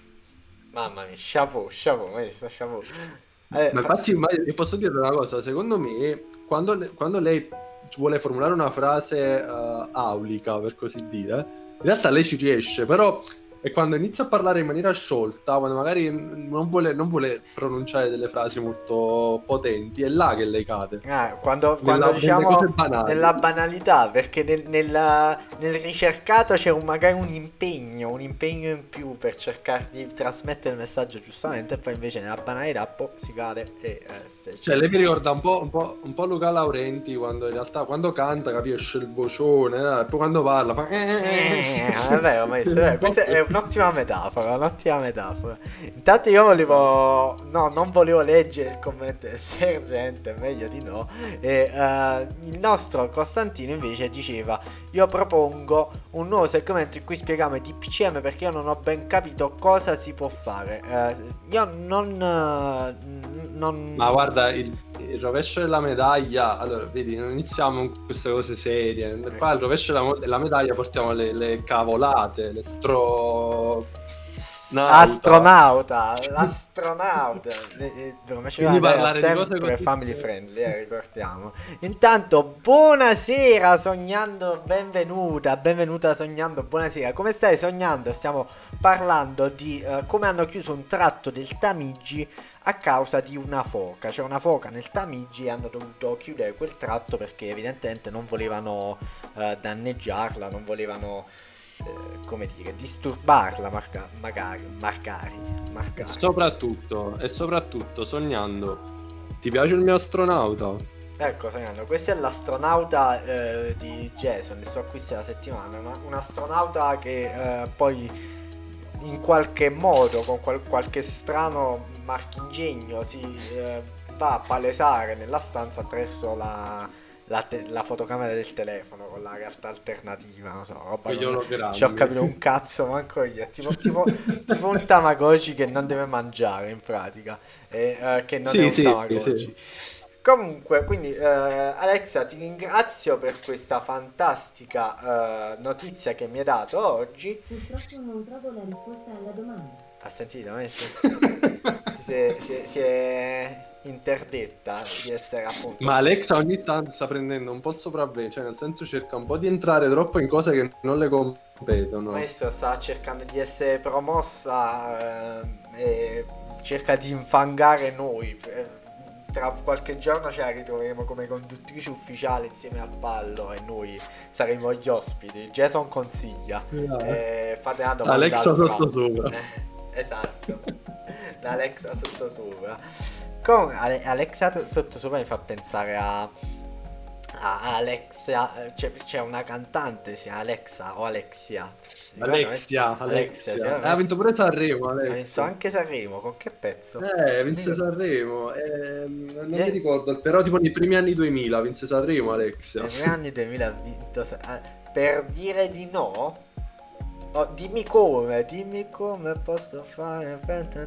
S1: Mamma mia, chapeau, chapeau, questo chapeau. Eh,
S2: Ma
S1: fa-
S2: infatti, ma io posso dire una cosa, secondo me, quando, le- quando lei vuole formulare una frase eh, aulica, per così dire, in realtà lei ci riesce, però è quando inizia a parlare in maniera sciolta, quando magari non vuole, non vuole pronunciare delle frasi molto potenti, è là che lei cade.
S1: Ah, quando,
S2: Nella-
S1: quando
S2: nelle
S1: diciamo
S2: cose banali.
S1: nella banalità, perché nel, nella- nel ricercato c'è un, magari un impegno, un impegno in più per cercare di trasmettere il messaggio giustamente, e poi invece nella banalità poi si cade e eh, se-
S2: Cioè, lei mi ricorda un po', un po', un po' Luca Laurenti, quando in realtà, quando canta, capisce il vocione, eh, e poi quando parla fa...
S1: Eh, è vero, maestro, è vero. Questa è un'ottima metafora, un'ottima metafora. Intanto io volevo, no, non volevo leggere il commento del sergente, meglio di no. E eh, il nostro Costantino invece diceva: io propongo un nuovo segmento in cui spieghiamo i D P C M perché io non ho ben capito cosa si può fare. Eh, io non, eh, non...
S2: Ma guarda, il, il rovescio della medaglia, allora, vedi, non iniziamo con queste cose serie. Qua al rovescio della, mo- della medaglia portiamo le, le cavolate, le stro...
S1: S-
S2: Nauta.
S1: astronauta, l'astronauta. Eh, eh, Come ci
S2: Quindi
S1: va, era
S2: parlare di cose
S1: sempre
S2: così
S1: family
S2: serie.
S1: friendly, eh, ricordiamo. Intanto, buonasera Sognando, benvenuta, benvenuta Sognando, buonasera. Come stai sognando? Stiamo parlando di eh, come hanno chiuso un tratto del Tamigi a causa di una foca. C'è una foca nel Tamigi e hanno dovuto chiudere quel tratto perché evidentemente non volevano eh, danneggiarla, non volevano... Eh, come dire, disturbarla marca- magari, magari,
S2: E
S1: magari.
S2: soprattutto, e soprattutto, sognando, ti piace il mio astronauta?
S1: Ecco, Sagliano, questo è l'astronauta eh, di Jason, il suo acquisto della settimana, una- un astronauta che eh, poi in qualche modo, con qual- qualche strano marchingegno, si eh, va a palesare nella stanza attraverso la... La, te- la fotocamera del telefono con la realtà alternativa, non so, roba
S2: Con gli
S1: che non-
S2: ologrammi.
S1: ci ho capito un cazzo manco io, è tipo, tipo, tipo un Tamagotchi che non deve mangiare in pratica, e, eh, che non
S2: Sì,
S1: è un
S2: sì,
S1: Tamagotchi. Comunque, quindi eh, Alexa, ti ringrazio per questa fantastica eh, notizia che mi hai dato oggi.
S4: Purtroppo non trovo la risposta alla domanda.
S1: Ha sentito, maestro? Si è, si è- si è interdetta di essere appunto...
S2: Ma Alexa ogni tanto sta prendendo un po' il sopravvento, cioè nel senso cerca un po' di entrare troppo in cose che non le competono.
S1: Maestro sta cercando di essere promossa eh, e cerca di infangare noi. Eh, Tra qualche giorno ce la ritroveremo come conduttrice ufficiale insieme al Pallo e noi saremo gli ospiti. Jason consiglia. Eh, fate una domanda
S2: Alexa
S1: al Fra.
S2: sottosopra.
S1: Eh, esatto. L'Alexa sottosopra. Come Ale- Alexa t- sottosopra mi fa pensare a, a Alexia. C'è, c'è una cantante, si chiama Alexa o Alexia. Si ricorda?
S2: Alexia,
S1: Alexia,
S2: Alexia.
S1: sì,
S2: Eh, ha vinto pure Sanremo,
S1: Ha vinto
S2: Alexia.
S1: anche Sanremo. Con che pezzo?
S2: Eh, vinse
S1: Vero.
S2: Sanremo. eh, non
S1: Eh.
S2: mi ricordo, però tipo nei primi anni duemila vinse Sanremo Alexia.
S1: Negli anni duemila ha vinto Sa- ah, per dire di no? Oh, dimmi come, dimmi come posso fare.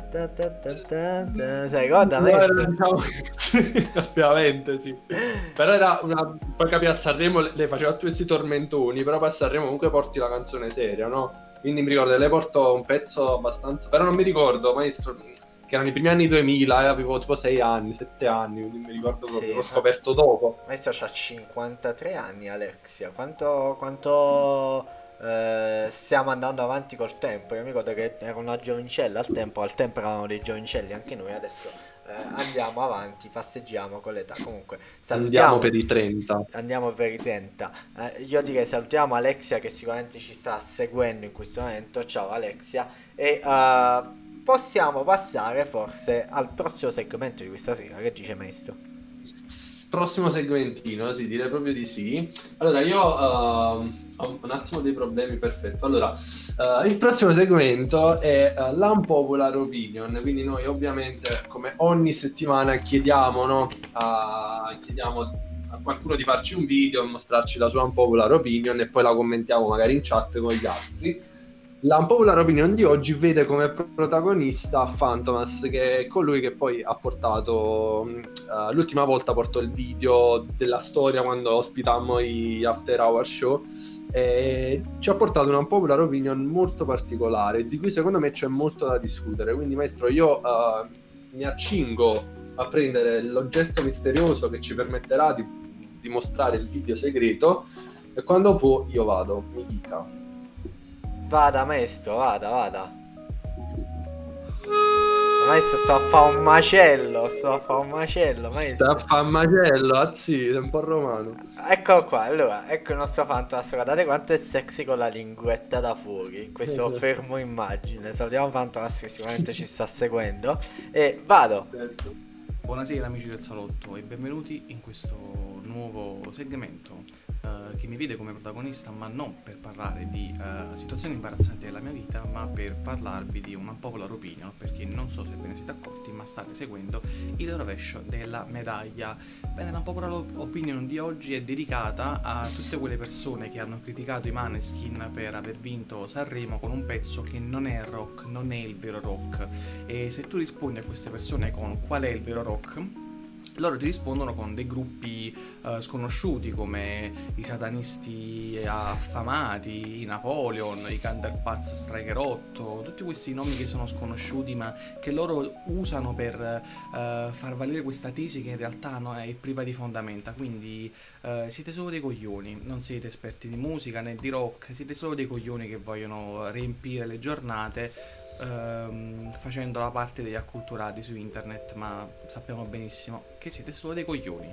S1: Sai, ricorda me?
S2: No, diciamo, ovviamente sì. Però era una... Poi capì a Sanremo le faceva tutti questi tormentoni, però poi a Sanremo comunque porti la canzone seria, no? Quindi mi ricordo che lei portò un pezzo abbastanza... Però non mi ricordo, maestro, che erano i primi anni duemila, e avevo tipo sei anni, sette anni, quindi mi ricordo proprio,
S1: Sì.
S2: l'ho scoperto dopo.
S1: Maestro c'ha cinquantatré anni, Alexia. Quanto, quanto eh, stiamo andando avanti col tempo? Io mi ricordo che era una giovincella al tempo, al tempo eravamo dei giovincelli anche noi, adesso eh, andiamo avanti, passeggiamo con l'età. Comunque, salutiamo.
S2: Andiamo per i trenta.
S1: Andiamo per i trenta. Eh, io direi salutiamo Alexia che sicuramente ci sta seguendo in questo momento. Ciao Alexia. E eh, possiamo passare forse al prossimo segmento di questa sera. Che dice maestro?
S2: Prossimo segmentino, sì, direi proprio di sì. Allora, io ehm, ho un attimo dei problemi, perfetto. Allora, eh, il prossimo segmento è eh, l'unpopular opinion, quindi noi ovviamente, come ogni settimana, chiediamo, no, a, chiediamo a qualcuno di farci un video, mostrarci la sua unpopular opinion e poi la commentiamo magari in chat con gli altri. La unpopular opinion di oggi vede come protagonista Fantomas, che è colui che poi ha portato uh, l'ultima volta portò il video della storia quando ospitammo gli After Hour Show, e ci ha portato una popular opinion molto particolare, di cui secondo me c'è molto da discutere. Quindi maestro, io uh, mi accingo a prendere l'oggetto misterioso che ci permetterà di, di mostrare il video segreto, e quando può io vado, mi dica.
S1: Vada maestro, vada, vada. Maestro, sto a fare un macello, sto a fare un macello, maestro.
S2: Sta a fare un macello, azzi, è un po' romano.
S1: Eccolo qua, allora, ecco il nostro fantastico. Guardate quanto è sexy con la linguetta da fuori, in questo fermo immagine. Salutiamo fantastico, sicuramente ci sta seguendo. E vado.
S5: Buonasera amici del salotto e benvenuti in questo nuovo segmento uh, che mi vede come protagonista, ma non per parlare di uh, situazioni imbarazzanti della mia vita, ma per parlarvi di una popular opinion, perché non so se ve ne siete accorti, ma state seguendo il rovescio della medaglia. Bene, la popular opinion di oggi è dedicata a tutte quelle persone che hanno criticato i Maneskin per aver vinto Sanremo con un pezzo che non è rock, non è il vero rock. E se tu rispondi a queste persone con qual è il vero rock, loro ti rispondono con dei gruppi uh, sconosciuti come i satanisti affamati, i Napoleon, i Candlepaz Striker otto, tutti questi nomi che sono sconosciuti ma che loro usano per uh, far valere questa tesi che in realtà no, è priva di fondamenta. Quindi uh, siete solo dei coglioni, non siete esperti di musica né di rock, siete solo dei coglioni che vogliono riempire le giornate Ehm, facendo la parte degli acculturati su internet, ma sappiamo benissimo che siete solo dei coglioni.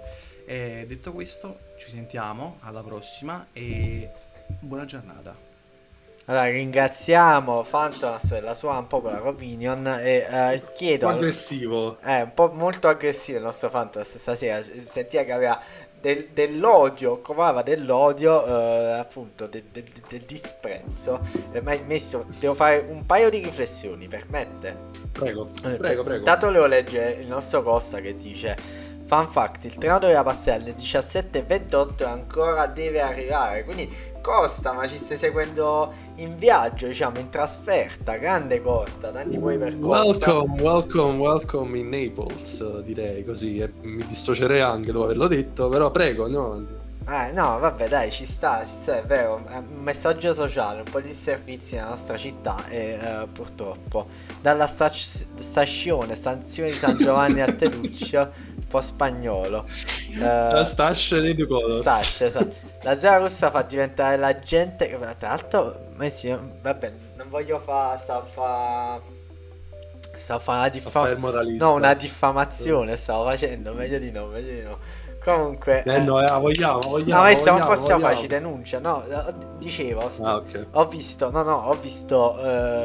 S5: E detto questo, ci sentiamo alla prossima e buona giornata.
S1: Allora, ringraziamo Fantas per la sua unpopular opinion e eh, chiedo...
S2: aggressivo.
S1: È un po' molto aggressivo il nostro Fantas stasera, sentiva che aveva del, dell'odio, provava dell'odio, eh, appunto, del, del, del disprezzo. E mi hai messo, devo fare un paio di riflessioni, permette?
S2: Prego,
S1: Eh,
S2: prego, prego.
S1: Intanto volevo leggere il nostro Costa che dice: fun fact, il treno doveva passare alle diciassette e ventotto e ancora deve arrivare. Quindi Costa, ma ci stai seguendo in viaggio, diciamo, in trasferta. Grande Costa, tanti buoni per Costa.
S2: Welcome, welcome, welcome in Naples, direi così. E mi dissocierei anche dopo averlo detto, però prego, andiamo avanti.
S1: Eh no, vabbè, dai, ci sta, ci sta, è vero, è un messaggio sociale, un po' di servizi nella nostra città e eh, purtroppo dalla sta- stazione, stazione di San Giovanni a Teluccio, un po' spagnolo. Eh,
S2: La stascia di Ducolo.
S1: Stascia, esatto. La zona rossa fa diventare la gente che, tra l'altro, ma sì, vabbè, non voglio fare, sta a fa... Stavo a fare una diffamazione. No, una diffamazione stavo facendo, meglio di no, meglio di no. Comunque
S2: eh, no, eh, vogliamo, vogliamo.
S1: No, questo non
S2: vogliamo,
S1: possiamo
S2: vogliamo.
S1: farci denuncia. No, dicevo, ho,
S2: Ah, okay.
S1: ho visto, no, no, ho visto.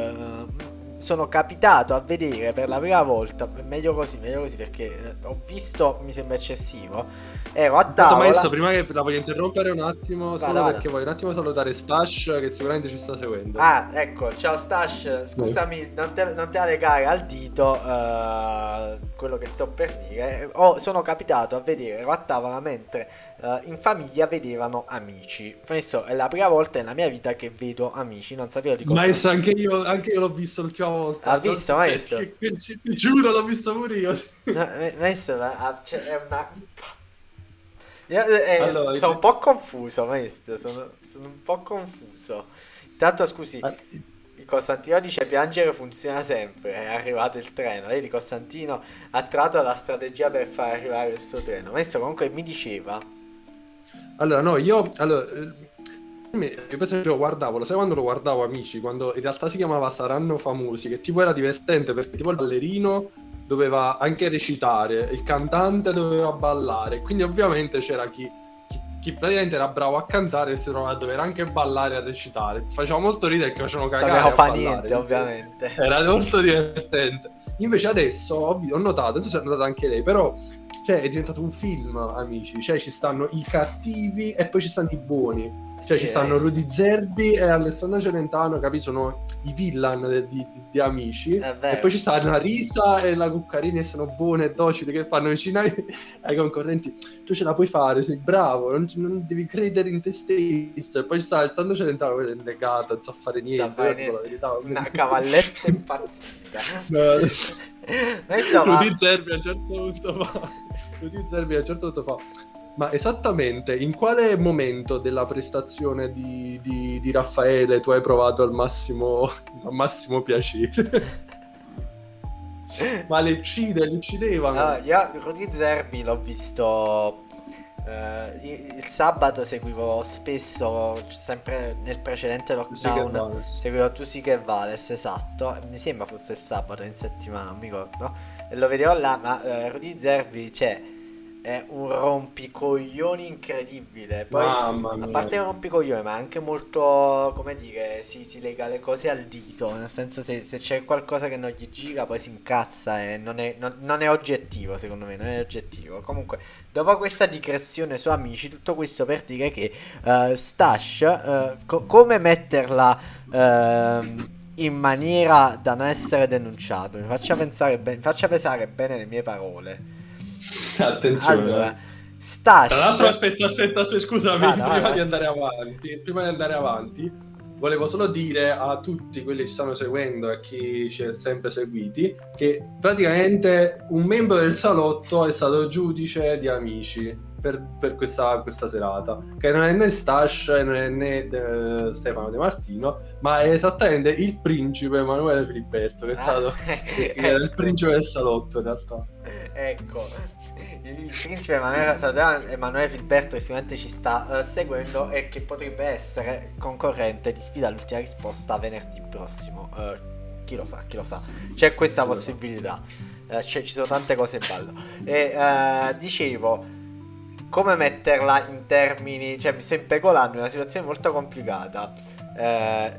S1: Eh, sono capitato a vedere per la prima volta. Meglio così, meglio così, perché eh, ho visto, mi sembra eccessivo. Ero a tavola.
S2: Maestro, prima che la voglio interrompere un attimo,
S1: Vada,
S2: solo
S1: vada.
S2: perché voglio un attimo salutare Stash che sicuramente ci sta seguendo.
S1: Ah, ecco, ciao Stash, scusami, non te, non te la legare al dito uh, quello che sto per dire. Oh, sono capitato a vedere, ero a tavola mentre uh, in famiglia vedevano Amici. Questo è la prima volta nella mia vita che vedo Amici, non sapevo di cosa.
S2: Maestro, anche io, anche io l'ho visto l'ultima volta.
S1: Ha visto,
S2: Cioè,
S1: maestro?
S2: Che, che, che, ti giuro, l'ho visto pure io.
S1: No, maestro, ma- cioè, è una... Io, eh,
S2: Allora,
S1: sono un po' confuso, maestro, sono, sono un po' confuso. Intanto, scusi, Costantino dice piangere funziona sempre, è arrivato il treno. Vedi, Costantino ha trovato la strategia per far arrivare il suo treno. Maestro, comunque mi diceva...
S2: Allora, no, io... Allora, eh, io per esempio guardavo, lo sai quando lo guardavo Amici? Quando in realtà si chiamava Saranno Famosi, che tipo era divertente perché tipo il ballerino doveva anche recitare, il cantante doveva ballare, quindi ovviamente c'era chi, chi, chi praticamente era bravo a cantare e si trovava a dover anche ballare e a recitare. Faceva molto ridere che facevano cagare
S1: Sapeva
S2: a
S1: fa
S2: ballare,
S1: niente, ovviamente.
S2: era molto divertente. Invece adesso ho, ho notato, non so se è notato anche lei, però cioè, è diventato un film, Amici, cioè ci stanno i cattivi e poi ci stanno i buoni. Cioè
S1: Sì,
S2: ci stanno
S1: eh,
S2: Rudy Zerbi e Alessandro Celentano, capi? Sono i villain di, di, di Amici.
S1: È vero.
S2: E poi ci sta la Risa e la Cuccarini che sono buone e docili, che fanno vicino ai, ai concorrenti. Tu ce la puoi fare, sei bravo, non, non devi credere in te stesso. E poi ci sta Alessandro Celentano, quello è negato, non sa fare niente.
S1: Sa fare
S2: ecco, la
S1: niente.
S2: verità.
S1: Una cavalletta impazzita.
S2: No.
S1: Maestro, ma...
S2: Rudy Zerbi a un certo punto fa Rudy Zerbi a un certo punto fa Ma esattamente in quale momento della prestazione di, di, di Raffaele tu hai provato al massimo, al massimo piacere? Ma le uccide, le uccidevano?
S1: No, io Rudy Zerbi l'ho visto eh, il sabato, seguivo spesso, sempre nel precedente lockdown, seguivo Tu sì che Vales, esatto, mi sembra fosse il sabato in settimana, non mi ricordo, e lo vedevo là, ma eh, Rudy Zerbi, cioè, è un rompicoglioni incredibile. Poi,
S2: Mamma mia.
S1: a parte un rompicoglioni, ma anche molto, come dire, si, si lega le cose al dito. Nel senso, se, se c'è qualcosa che non gli gira, poi si incazza e non è, non, non è oggettivo, secondo me, non è oggettivo. Comunque, dopo questa digressione su Amici, tutto questo per dire che uh, Stash, uh, co- come metterla uh, in maniera da non essere denunciato? Mi faccia pensare ben- mi faccia pesare bene le mie parole.
S2: Attenzione.
S1: Allora, Stash.
S2: Tra l'altro, aspetta, aspetta, aspetta, scusami,
S1: Ah, no,
S2: prima
S1: no,
S2: di
S1: sì.
S2: andare avanti, prima di andare avanti, volevo solo dire a tutti quelli che stanno seguendo e a chi ci è sempre seguiti che praticamente un membro del salotto è stato giudice di Amici per, per questa, questa serata, che non è né Stash e non è né de, Stefano De Martino, ma è esattamente il principe Emanuele Filiberto, che è stato
S1: Ah,
S2: che era il principe del salotto in realtà.
S1: Ecco, il, il principe Emanuele, salutiamo Emanuele Filiberto che sicuramente ci sta uh, seguendo e che potrebbe essere concorrente di Sfida all'ultima risposta venerdì prossimo. Uh, chi lo sa, chi lo sa. C'è questa possibilità. Uh, c'è, ci sono tante cose in ballo. E uh, dicevo, come metterla in termini, cioè mi sto impegolando in una situazione molto complicata. Uh,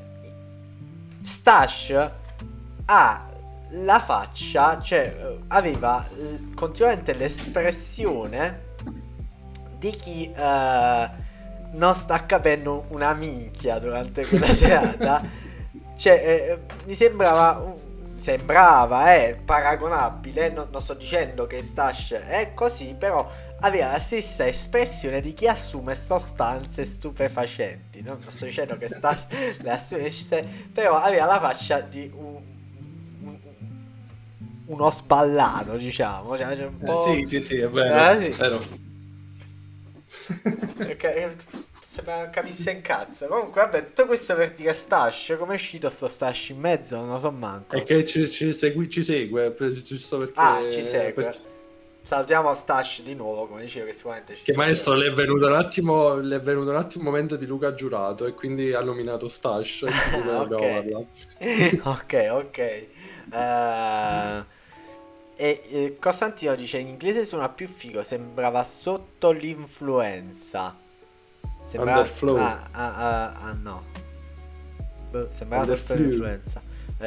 S1: Stash ha la faccia, cioè aveva eh, continuamente l'espressione di chi eh, non sta capendo una minchia durante quella serata. Cioè eh, mi sembrava un- sembrava eh, paragonabile, no- non sto dicendo che Stash è così, però aveva la stessa espressione di chi assume sostanze stupefacenti. No? Non sto dicendo che Stash le assume, però aveva la faccia di un uno spallato, diciamo, cioè, c'è un po'.
S2: Eh, sì, sì, sì, è vero,
S1: Eh, sì.
S2: è vero.
S1: Perché sembra capisse in cazzo. Comunque, vabbè, tutto questo per dire Stash. Come è uscito sto Stash in mezzo? Non lo so manco.
S2: È che ci, ci, segui, ci segue, per- giusto perché...
S1: Ah, ci segue.
S2: perché-
S1: Salutiamo Stash di nuovo, come dicevo, che sicuramente ci
S2: Che
S1: sta
S2: maestro,
S1: seguendo.
S2: le è venuto un attimo, le è venuto un attimo un momento di Luca Giurato e quindi ha nominato Stash. E quindi ne abbiamo parlato.
S1: Ok, ok. Eh, e eh, Costantino dice in inglese suona più figo, sembrava sotto l'influenza. Sembrava
S2: Underflow.
S1: ah, ah, ah, ah, no. Boh, sembrava sotto
S2: Underflow.
S1: l'influenza.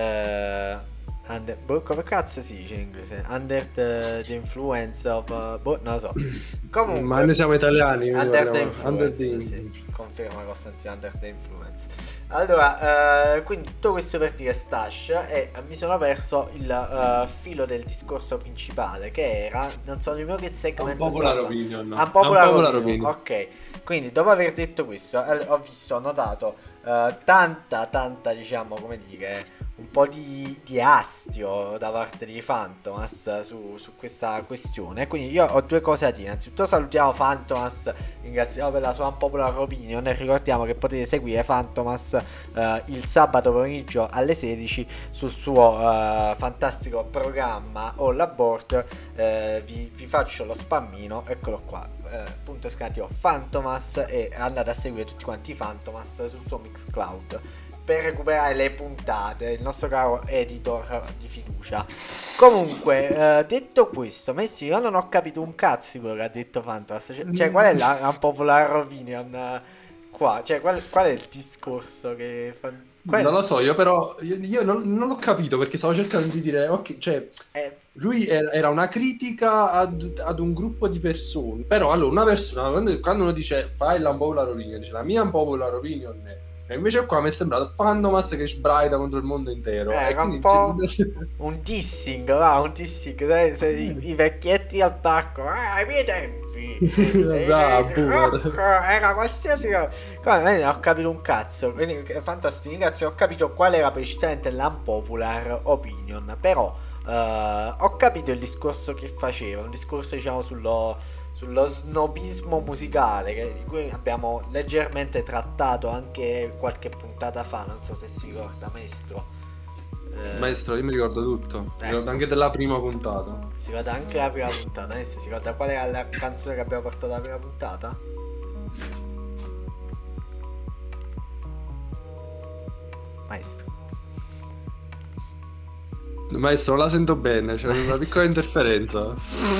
S1: Eh, under, boh, come cazzo si dice in inglese? Under the, the influence of uh, boh, non lo so. Comunque,
S2: Ma noi siamo italiani. quindi
S1: Under the
S2: parliamo-
S1: influence,
S2: under the-
S1: sì, conferma Costantino, under the influence. Allora, eh, quindi tutto questo per dire Stash e mi sono perso il eh, filo del discorso principale che era, non so nemmeno che segmento
S2: Unpopular
S1: stava-
S2: opinion.
S1: Unpopular
S2: Unpopular
S1: opinion.
S2: opinion.
S1: Ok, quindi dopo aver detto questo eh, ho visto, ho notato eh, tanta, tanta, diciamo, come dire, un po' di, di astio da parte di Fantomas su, su questa questione. Quindi io ho due cose da dire. Innanzitutto salutiamo Fantomas, ringraziamo per la sua unpopular opinion e ricordiamo che potete seguire Fantomas eh, il sabato pomeriggio alle sedici sul suo eh, fantastico programma All Aboard. Eh, vi, vi faccio lo spammino, eccolo qua, eh, punto esclamativo Fantomas, e andate a seguire tutti quanti i Fantomas sul suo Mixcloud per recuperare le puntate, il nostro caro editor di fiducia. Comunque, eh, detto questo, Messi, io non ho capito un cazzo di quello che ha detto Fantomas. Cioè, cioè qual è la, la popular opinion eh, qua? Cioè, qual, qual è il discorso che fa... qual-
S2: Non lo so, io però io, io non, non l'ho capito perché stavo cercando di dire, ok, cioè
S1: eh,
S2: lui era, era una critica ad, ad un gruppo di persone, però allora una persona quando, quando uno dice fai l'unpopular opinion, dice la mia unpopular opinion è, e invece qua mi è sembrato Fantomas che sbraita contro il mondo intero.
S1: Eh,
S2: E
S1: era un
S2: quindi
S1: po'
S2: ci-
S1: un dissing, va, un dissing, sai, se i, i vecchietti al parco, ah, ai miei tempi, eh,
S2: Bravo,
S1: eh, rock, era qualsiasi cosa. Come, non ho capito un cazzo, quindi è fantastico, ragazzi, ho capito qual era precisamente l'unpopular opinion, però Uh, ho capito il discorso che faceva, un discorso diciamo sullo, sullo snobismo musicale che, di cui abbiamo leggermente trattato anche qualche puntata fa, non so se si ricorda, maestro.
S2: Uh, maestro, io mi ricordo tutto, ecco. Mi ricordo anche della prima puntata.
S1: Si ricorda anche la prima puntata, maestro, si ricorda qual era la canzone che abbiamo portato alla prima puntata? Maestro.
S2: Maestro, non la sento bene, c'è una piccola interferenza.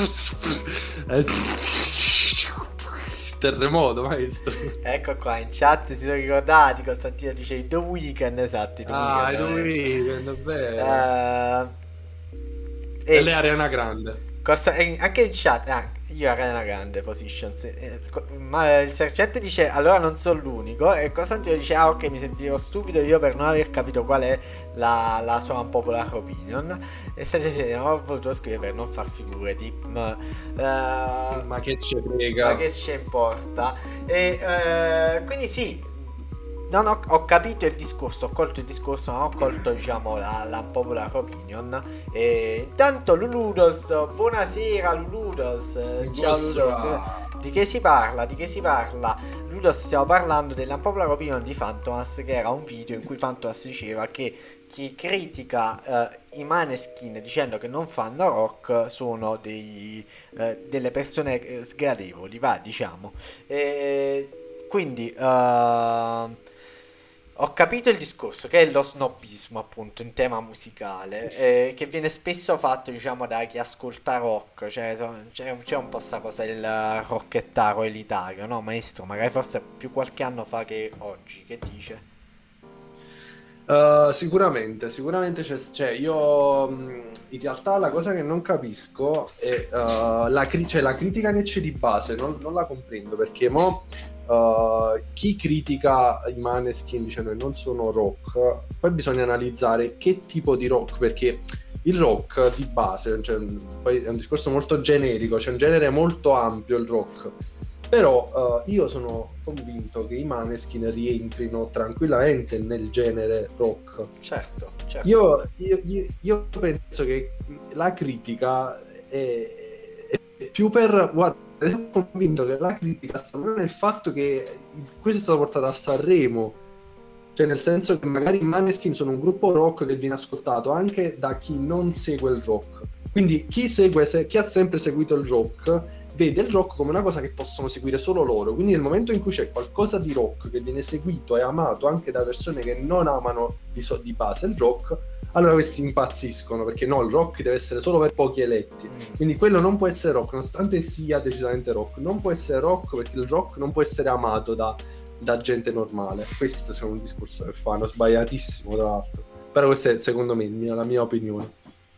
S2: Terremoto, maestro.
S1: Ecco qua, in chat si sono ricordati, Costantino dice i The Weeknd, esatto, i The
S2: ah,
S1: Weeknd.
S2: i The Weeknd, bene.
S1: Uh,
S2: e, e lei Ariana Grande.
S1: Costa, anche in chat, ah, io Ariana Grande Positions, eh, ma il sergente dice allora non sono l'unico, e Costantino dice ah ok, mi sentirò stupido io per non aver capito qual è la, la sua unpopular opinion, e il sergente dice non ho voluto scrivere per non far figure di ma, uh,
S2: ma che ce frega,
S1: ma che ci importa, e uh, quindi sì, non ho, ho capito il discorso, ho colto il discorso, non ho colto diciamo la, la popular opinion. E intanto Luludos, buonasera Luludos, ciao Luludos. Di che si parla? Di che si parla? Luludos, stiamo parlando dell'unpopular opinion di Fantomas, che era un video in cui Fantomas diceva che chi critica eh, i Maneskin dicendo che non fanno rock sono dei, eh, delle persone sgradevoli, va, diciamo. E quindi uh, ho capito il discorso, che è lo snobismo appunto in tema musicale, eh, che viene spesso fatto diciamo da chi ascolta rock, cioè so, c'è, c'è un po' sta cosa del rockettaro elitario, no maestro? Magari forse più qualche anno fa che oggi, che dice?
S2: Uh, sicuramente, sicuramente c'è, cioè io in realtà la cosa che non capisco è uh, la, cri- cioè, la critica che c'è di base, non, non la comprendo, perché mo Uh, chi critica i Maneskin dicendo che non sono rock, poi bisogna analizzare che tipo di rock, perché il rock di base, cioè, poi è un discorso molto generico, c'è un genere molto ampio il rock, però uh, io sono convinto che i Maneskin rientrino tranquillamente nel genere rock.
S1: Certo, certo.
S2: Io, io, io, io penso che la critica è, è più per... guarda, sono convinto che la critica sta proprio nel fatto che questo è stato portato a Sanremo, cioè nel senso che magari i Maneskin sono un gruppo rock che viene ascoltato anche da chi non segue il rock, quindi chi segue se, chi ha sempre seguito il rock vede il rock come una cosa che possono seguire solo loro, quindi nel momento in cui c'è qualcosa di rock che viene seguito e amato anche da persone che non amano di, so, di base il rock, allora questi impazziscono, perché no, il rock deve essere solo per pochi eletti, quindi quello non può essere rock, nonostante sia decisamente rock, non può essere rock perché il rock non può essere amato da, da gente normale. Questo è un discorso che fanno, sbagliatissimo tra l'altro, però questa è secondo me mia, la mia opinione.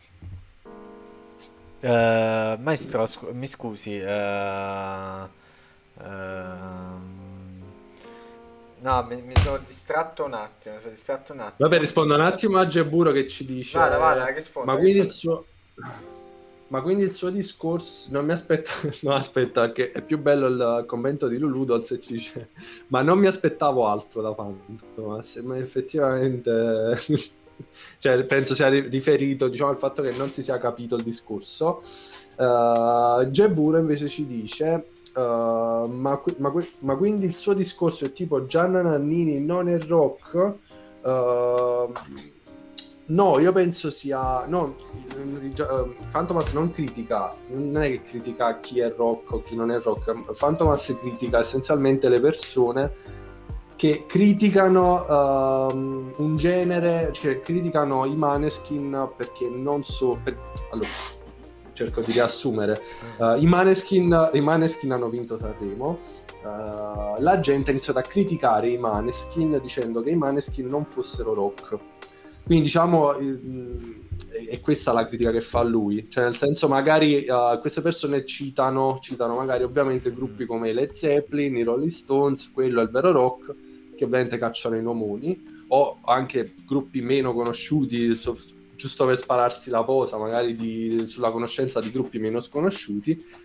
S1: Uh, maestro, scu- mi scusi, uh, uh... no, mi, mi sono distratto un attimo, mi sono distratto un attimo.
S2: Vabbè, rispondo un attimo a Geburo che ci dice...
S1: Vada, vada, rispondo.
S2: Ma quindi il suo... Ma quindi il suo discorso... Non mi aspetta... No, aspetta, perché è più bello il commento di Luludos e ci dice... Ma non mi aspettavo altro da Fantomas, ma effettivamente... cioè, penso sia riferito, diciamo, al fatto che non si sia capito il discorso. Uh, Geburo invece ci dice... Uh, ma, ma, ma quindi il suo discorso è tipo Gianna Nannini non è rock? Uh, no, io penso sia no, uh, Fantomas non critica, non è che critica chi è rock o chi non è rock. Fantomas critica essenzialmente le persone che criticano uh, un genere, cioè criticano i Maneskin perché non so per... allora cerco di riassumere. Uh, i, Maneskin, i Maneskin hanno vinto Sanremo, uh, la gente ha iniziato a criticare i Maneskin dicendo che i Maneskin non fossero rock, quindi diciamo è questa la critica che fa lui, cioè nel senso magari uh, queste persone citano citano magari ovviamente gruppi come i Led Zeppelin, i Rolling Stones, quello è il vero rock, che ovviamente cacciano i nomoni, o anche gruppi meno conosciuti, so, giusto per spararsi la posa magari di, sulla conoscenza di gruppi meno sconosciuti,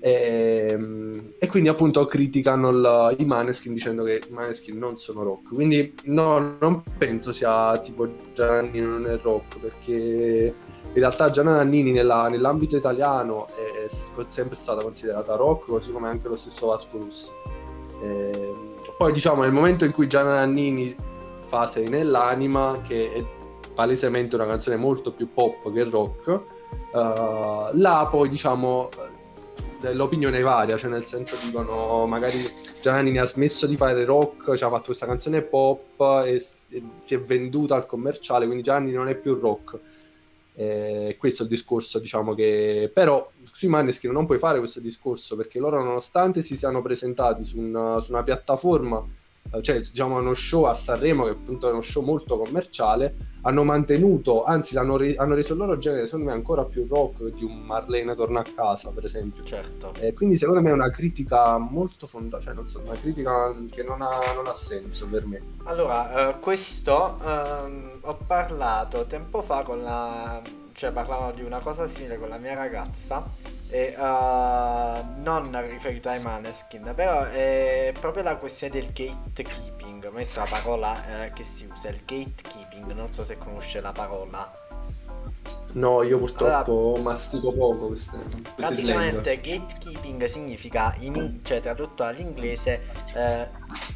S2: E, e quindi appunto criticano il, i Maneskin dicendo che i Maneskin non sono rock. Quindi no, non penso sia tipo Gianna Nannini non è rock, perché in realtà Gianna Nannini nella, nell'ambito italiano è, è sempre stata considerata rock, così come anche lo stesso Vasco Rossi. E, poi diciamo nel momento in cui Gianna Nannini fa Sei nell'anima, che è palesemente una canzone molto più pop che rock, uh, là poi diciamo l'opinione varia, cioè nel senso dicono magari Gianna Nannini ha smesso di fare rock, cioè ha fatto questa canzone pop e, e si è venduta al commerciale, quindi Gianna Nannini non è più rock. Eh, questo è il discorso, diciamo, che però sui Maneskin non puoi fare questo discorso, perché loro nonostante si siano presentati su una, su una piattaforma, eh, cioè diciamo uno show a Sanremo che appunto è uno show molto commerciale, hanno mantenuto, anzi hanno, re- hanno reso il loro genere secondo me ancora più rock di un Marlene Torna a casa per esempio.
S1: Certo.
S2: Eh, quindi secondo me è una critica molto fondata, cioè non so, una critica che non ha, non ha senso per me.
S1: Allora, eh, questo ehm, ho parlato tempo fa con la... cioè parlavamo di una cosa simile con la mia ragazza, e uh, non riferito ai Maneskin, però è proprio la questione del gatekeeping. Questa è la parola eh, che si usa, il gatekeeping, non so se conosce la parola.
S2: No, io purtroppo
S1: Allora,
S2: mastico poco queste, queste
S1: praticamente
S2: slang.
S1: gatekeeping significa, in, cioè tradotto all'inglese, eh,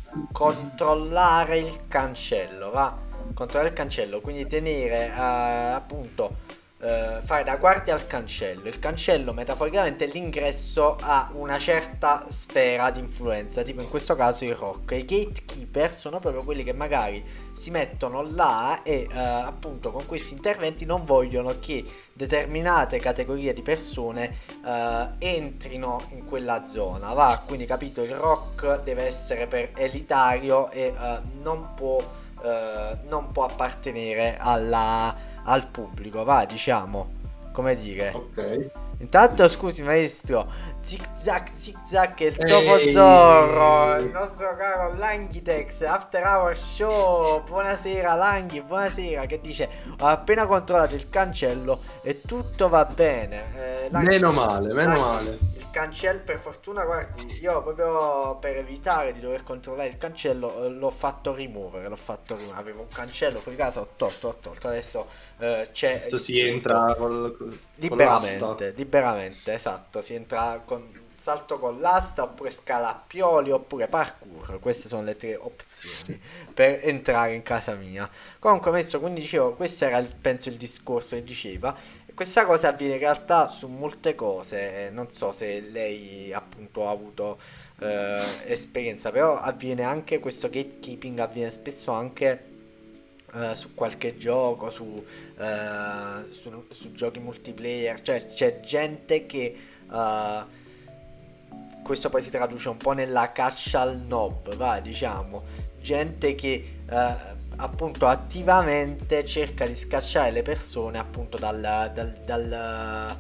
S1: controllare il cancello, va? Controllare il cancello, quindi tenere eh, appunto eh, fare da guardia al cancello. Il cancello metaforicamente è l'ingresso a una certa sfera di influenza, tipo in questo caso il rock. I gatekeeper sono proprio quelli che magari si mettono là e eh, appunto con questi interventi non vogliono che determinate categorie di persone eh, entrino in quella zona, va? Quindi capito, il rock deve essere per elitario e eh, non può eh, non può appartenere alla al pubblico, va, diciamo, come dire.
S2: Ok.
S1: Intanto scusi maestro, zig zag zig zag, il
S2: Ehi.
S1: topo Zorro, il nostro caro Langhitex, After Hour Show. Buonasera Langhi, buonasera, che dice ho appena controllato il cancello e tutto va bene. eh, Langhi,
S2: Meno male, meno
S1: Langhi,
S2: male.
S1: il cancello, per fortuna, guardi, io proprio per evitare di dover controllare il cancello eh, l'ho fatto rimuovere, l'ho fatto rimuovere. Avevo un cancello fuori casa, ho tolto, ho tolto, adesso eh, c'è
S2: Adesso si entra col, con
S1: liberamente,
S2: l'asta.
S1: liberamente, esatto, si entra con salto con l'asta oppure scalappioli oppure parkour. Queste sono le tre opzioni per entrare in casa mia. Comunque messo, quindi dicevo, questo era il, penso il discorso che diceva, e questa cosa avviene in realtà su molte cose. eh, non so se lei appunto ha avuto eh, esperienza, però avviene anche questo gatekeeping, avviene spesso anche Uh, su qualche gioco, su, uh, su, su giochi multiplayer, cioè c'è gente che uh, questo poi si traduce un po' nella caccia al nob, va, diciamo, gente che uh, appunto attivamente cerca di scacciare le persone appunto dal, dal, dal,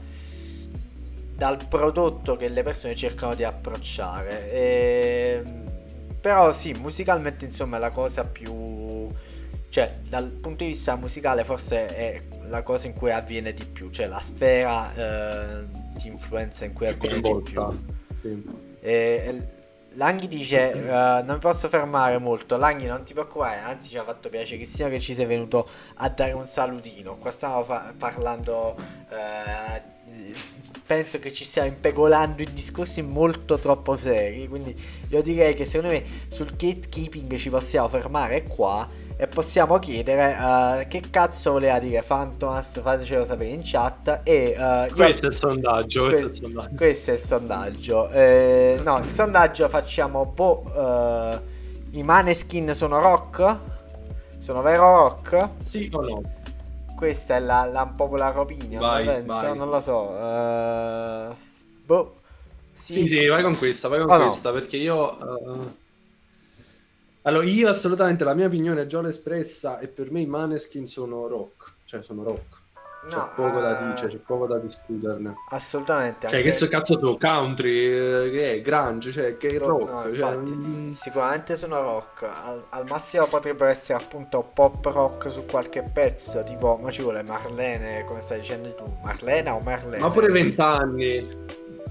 S1: dal prodotto che le persone cercano di approcciare. E, però sì, musicalmente insomma è la cosa più, cioè dal punto di vista musicale forse è la cosa in cui avviene di più, cioè la sfera eh, di influenza in cui avviene di più.
S2: Sì.
S1: E, e Langhi dice uh, non mi posso fermare molto. Langhi, non ti preoccupare, anzi ci ha fatto piacerissimo che ci sei venuto a dare un salutino. Qua stiamo fa- parlando uh, penso che ci stiamo impegolando in discorsi molto troppo seri, quindi io direi che secondo me sul gatekeeping ci possiamo fermare qua e possiamo chiedere uh, che cazzo voleva dire Fantomas, fatecelo sapere in chat. E uh,
S2: questo
S1: io...
S2: è il sondaggio, questo, questo, è il sondaggio.
S1: questo è il sondaggio. Eh, no, il sondaggio facciamo boh, uh, i Maneskin sono rock? Sono vero rock?
S2: Sì o no?
S1: Questa è la, la unpopular opinion,
S2: Vai,
S1: penso,
S2: vai.
S1: non lo so. Uh, boh. Sì.
S2: sì, sì, vai con questa, vai con
S1: oh,
S2: questa, no. Perché io... Uh... Allora, io assolutamente la mia opinione già l'ho espressa e per me i Maneskin sono rock, cioè sono rock. C'è
S1: No,
S2: poco
S1: uh,
S2: da dire, c'è poco da discuterne.
S1: Assolutamente.
S2: Cioè,
S1: anche...
S2: che so cazzo sono country, eh, che è grunge, cioè che è
S1: no,
S2: rock.
S1: no,
S2: cioè,
S1: infatti,
S2: mm...
S1: sicuramente sono rock. Al, al massimo potrebbero essere appunto pop rock su qualche pezzo, tipo, ma ci vuole Marlene, come stai dicendo tu, Marlena o Marlene?
S2: Ma pure vent'anni.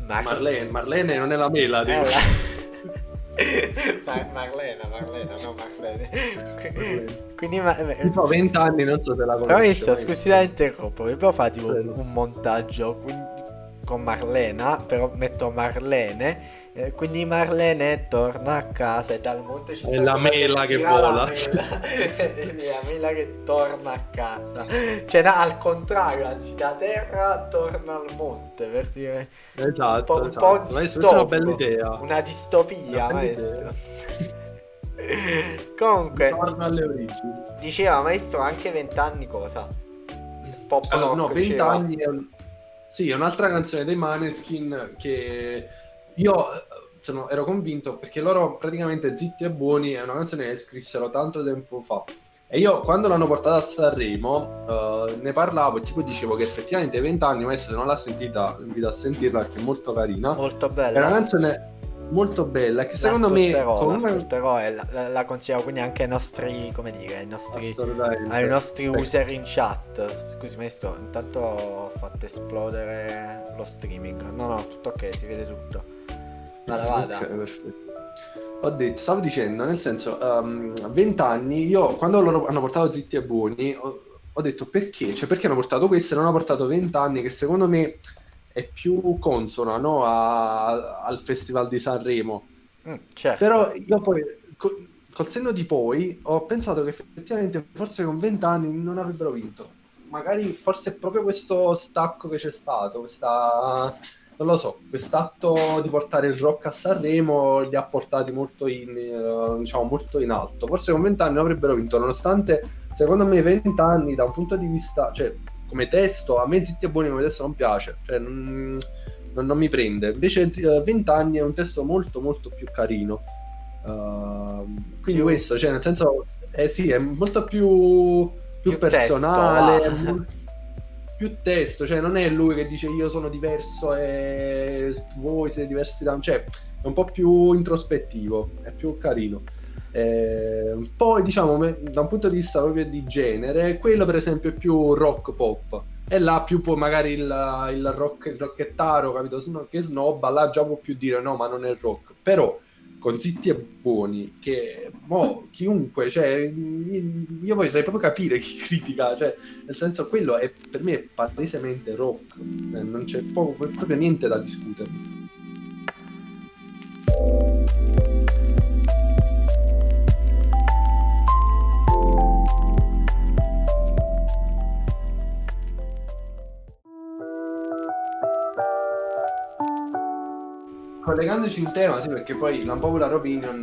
S1: Mar-
S2: Marlene, Marlene non è la mela,
S1: Eh,
S2: dico.
S1: la- Mar- Marlena, Marlena, no Marlene. Qui- Quindi ma-
S2: Tipo venti anni, non so se la
S1: Però
S2: conosci.
S1: visto, scusi da interrompo, però fa tipo un,
S2: Prego.
S1: un montaggio quindi- con Marlena, però metto Marlene, eh, quindi Marlene torna a casa e dal monte ci
S2: È
S1: sta
S2: la
S1: quella
S2: mela che
S1: tira la
S2: vola.
S1: mela. È la mela che torna a casa. Cioè no, al contrario, anzi da terra torna al monte, per dire
S2: Esatto,
S1: un po', un
S2: esatto.
S1: po'
S2: Maestro,
S1: distopico.
S2: questa è una bella idea.
S1: Una distopia,
S2: Una bella
S1: maestro. Comunque,
S2: Torno alle origini.
S1: diceva maestro anche vent'anni cosa? Pop
S2: Allora, no,
S1: rock, diceva.
S2: venti anni è un... Sì, è un'altra canzone dei Maneskin che io eh, sono- ero convinto, perché loro praticamente Zitti e Buoni è una canzone che scrissero tanto tempo fa. E io quando l'hanno portata a Sanremo eh, ne parlavo e tipo dicevo che effettivamente venti anni, ma se non l'ha sentita, vi invito a sentirla perché è molto carina.
S1: Molto
S2: È una
S1: bella.
S2: canzone molto bella che secondo me
S1: L'ascolterò,
S2: con una-
S1: l'ascolterò e la, la, la consiglio quindi anche ai nostri, come dire, ai nostri,
S2: Assolutamente.
S1: ai nostri
S2: Ecco.
S1: user in chat. Scusi maestro, intanto ho fatto esplodere lo streaming. No, no, tutto ok, si vede tutto. Vada, vada.
S2: Ok, perfetto. Ho detto, stavo dicendo, nel senso, um, venti anni, io quando loro hanno portato Zitti e Buoni, ho, ho detto perché? Cioè perché hanno portato questo e non hanno portato venti anni, che secondo me è più consona, no, a- al Festival di Sanremo.
S1: Mm, certo.
S2: Però io poi, co- col senno di poi, ho pensato che effettivamente forse con venti anni non avrebbero vinto. Magari forse è proprio questo stacco che c'è stato, questa... non lo so, quest'atto di portare il rock a Sanremo li ha portati molto in, eh, diciamo, molto in alto. Forse con venti anni non avrebbero vinto, nonostante secondo me venti anni da un punto di vista, cioè come testo, a me Zitti e Buoni come testo non piace, cioè non, non- non mi prende. Invece eh, venti anni è un testo molto molto più carino. Uh, quindi
S1: Più-
S2: questo, cioè nel senso, eh sì, è molto più, più,
S1: Più
S2: personale,
S1: testo, va.
S2: mol- più testo, cioè non è lui che dice io sono diverso e voi siete diversi da... cioè è un po' più introspettivo, è più carino. Eh, poi diciamo me- da un punto di vista proprio di genere, quello per esempio è più rock pop, e là più può magari il, il rock, il rockettaro, capito, sno- che snobba, là già può più dire no ma non è rock, però con Zitti e Buoni che mo, chiunque, cioè io vorrei proprio capire chi critica, cioè nel senso quello è per me è palesemente rock, eh, non c'è po- proprio niente da discutere. Collegandoci in tema, sì, perché poi la Popular Opinion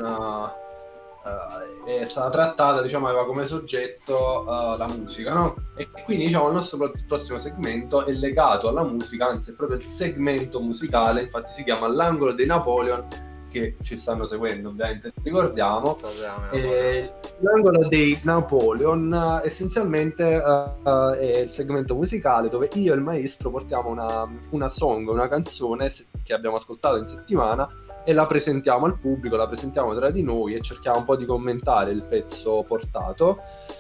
S2: uh, uh, è stata trattata, diciamo, aveva come soggetto uh, la musica, no? E quindi, diciamo, il nostro pro- prossimo segmento è legato alla musica, anzi è proprio il segmento musicale, infatti si chiama L'angolo dei Napoleon, che ci stanno seguendo, ovviamente, ricordiamo. Eh, l'angolo dei Napoleon uh, essenzialmente uh, uh, è il segmento musicale dove io e il maestro portiamo una, una song, una canzone se- che abbiamo ascoltato in settimana e la presentiamo al pubblico, la presentiamo tra di noi e cerchiamo un po' di commentare il pezzo portato.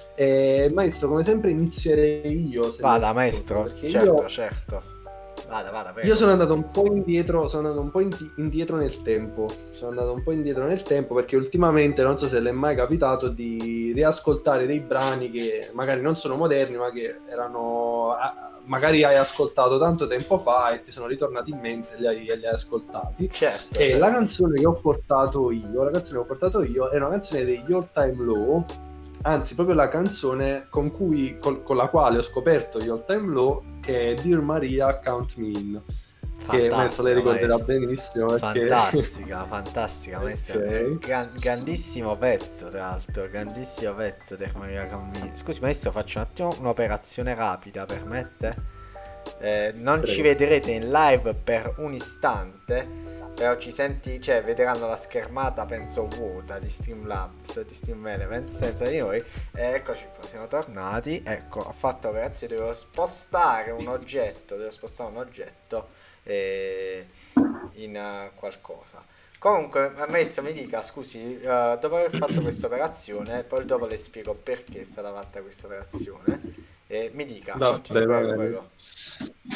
S2: E maestro, come sempre inizierei io. se
S1: Vada
S2: mi
S1: maestro,
S2: perché
S1: certo,
S2: io-
S1: certo. Vada, vada, prego.
S2: io sono andato un po' indietro, sono andato un po' indi- indietro nel tempo. Sono andato un po' indietro nel tempo perché ultimamente non so se le è mai capitato di riascoltare dei brani che magari non sono moderni, ma che erano ah, magari hai ascoltato tanto tempo fa e ti sono ritornati in mente e li hai, li hai ascoltati.
S1: Certo,
S2: E
S1: certo.
S2: la canzone che ho portato io, la canzone che ho portato io è una canzone degli All Time Low, anzi proprio la canzone con cui col- con la quale ho scoperto gli All Time Low, che è Dear Maria Count Me In, che penso lei ricorderà
S1: maestro.
S2: benissimo perché...
S1: Fantastica, fantastica, maestro.
S2: Ok.
S1: Gran- grandissimo pezzo, tra l'altro, grandissimo pezzo di Maria Cammini. Scusi, maestro, faccio un attimo un'operazione rapida, permette? Eh, non
S2: Prego.
S1: ci vedrete in live per un istante, però ci senti, cioè vedranno la schermata, penso vuota, di Streamlabs, di Stream Elements, senza di noi. Eh, eccoci qua, siamo tornati. Ecco, ho fatto operazione, dovevo spostare un oggetto, devo spostare un oggetto eh, in uh, qualcosa. Comunque, maestro, mi dica, scusi, uh, dopo aver fatto questa operazione, poi dopo le spiego perché è stata fatta questa operazione. E mi dica,
S2: Va
S1: continui,
S2: bene, va
S1: prego,
S2: bene.
S1: prego.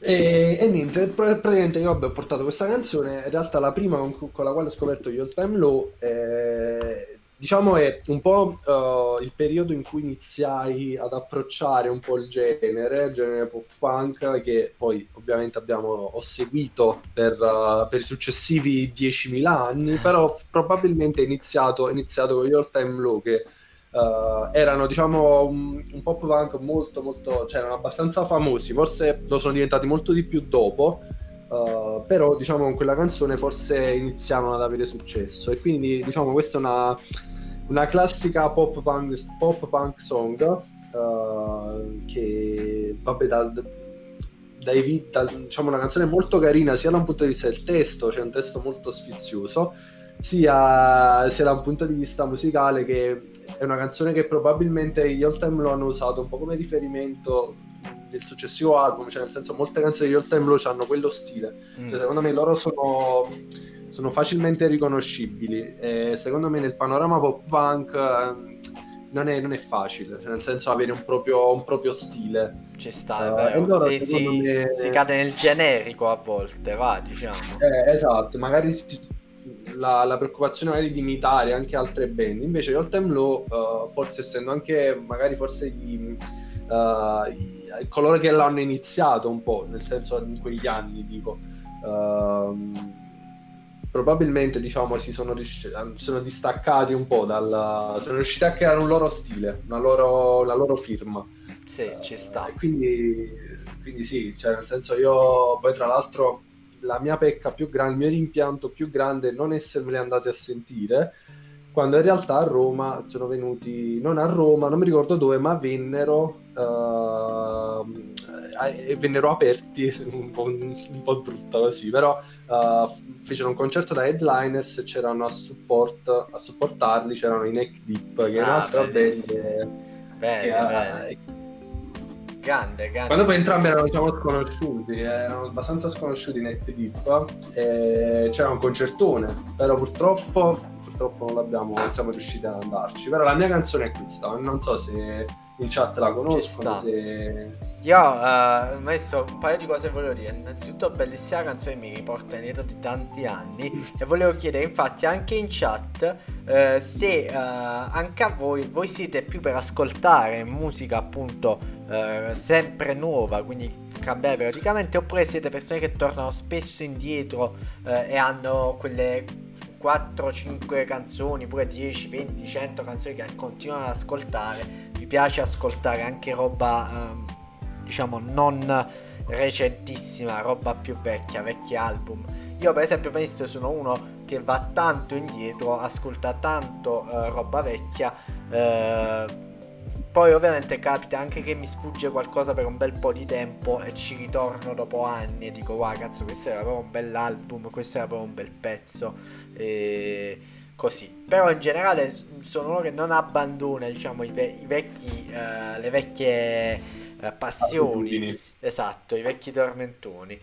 S2: E, e niente, pr- praticamente io vabbè, ho portato questa canzone, in realtà la prima con, con la quale ho scoperto gli All Time Low, eh, diciamo è un po' eh, il periodo in cui iniziai ad approcciare un po' il genere, il genere pop punk, che poi ovviamente abbiamo, ho seguito per, eh, per i successivi diecimila anni, però probabilmente è iniziato, è iniziato con gli All Time Low, che Uh, erano diciamo un, un pop punk molto molto, cioè erano abbastanza famosi, forse lo sono diventati molto di più dopo, uh, però diciamo con quella canzone forse iniziavano ad avere successo, e quindi diciamo questa è una, una classica pop punk, pop punk song, uh, che vabbè dal, dai vi- dal, diciamo una canzone molto carina sia da un punto di vista del testo, c'è un testo molto sfizioso, sia, sia da un punto di vista musicale, che è una canzone che probabilmente gli All Time Low hanno usato un po' come riferimento del successivo album, cioè nel senso molte canzoni degli All Time Low hanno quello stile, mm. cioè, secondo me loro sono, sono facilmente riconoscibili, e secondo me nel panorama pop punk eh, non, è, non è facile, cioè nel senso avere un proprio, un proprio stile.
S1: Ci sta,
S2: Uh,
S1: è vero.
S2: loro,
S1: si, si,
S2: me...
S1: si cade nel generico a volte, va, diciamo.
S2: Eh, esatto, magari si... La, la preoccupazione magari di imitare anche altre band, invece gli All Time Low uh, forse essendo anche magari forse gli, uh, i, coloro che l'hanno iniziato un po', nel senso in quegli anni dico uh, probabilmente diciamo si sono, riusci- sono distaccati un po' dal, sono riusciti a creare un loro stile, una loro, una loro firma.
S1: Sì, ci sta.
S2: Uh, quindi, quindi sì, cioè nel senso io poi tra l'altro la mia pecca più grande, il mio rimpianto più grande è non essermeli andati a sentire, quando in realtà a Roma sono venuti, non a Roma, non mi ricordo dove, ma vennero uh, e vennero aperti, un po', un po' brutta così, però uh, fecero un concerto da headliners e c'erano a support, a supportarli c'erano i Neck Deep, che è
S1: ah,
S2: un'altra band
S1: bene,
S2: che,
S1: bene. Grande, grande.
S2: Quando poi entrambi erano diciamo sconosciuti, erano abbastanza sconosciuti in Neck Deep, e c'era un concertone, però purtroppo purtroppo non l'abbiamo, non siamo riusciti ad andarci. Però la mia canzone è questa, non so se in chat la conoscono, se...
S1: Io uh, ho messo un paio di cose che volevo dire. Innanzitutto bellissima canzone, mi riporta indietro di tanti anni, e volevo chiedere infatti anche in chat uh, se uh, anche a voi voi siete più per ascoltare musica appunto uh, sempre nuova, quindi cambiare periodicamente, oppure siete persone che tornano spesso indietro uh, e hanno quelle quattro cinque canzoni, pure dieci, venti, cento canzoni che continuano ad ascoltare. Vi piace ascoltare anche roba um, diciamo non recentissima, roba più vecchia, vecchi album. Io per esempio penso sono uno che va tanto indietro, ascolta tanto uh, roba vecchia, uh, poi ovviamente capita anche che mi sfugge qualcosa per un bel po' di tempo e ci ritorno dopo anni e dico wow cazzo, questo era proprio un bell'album, questo era proprio un bel pezzo, e così. Però in generale sono uno che non abbandona diciamo i, ve- i vecchi uh, le vecchie uh, passioni, esatto, i vecchi tormentoni.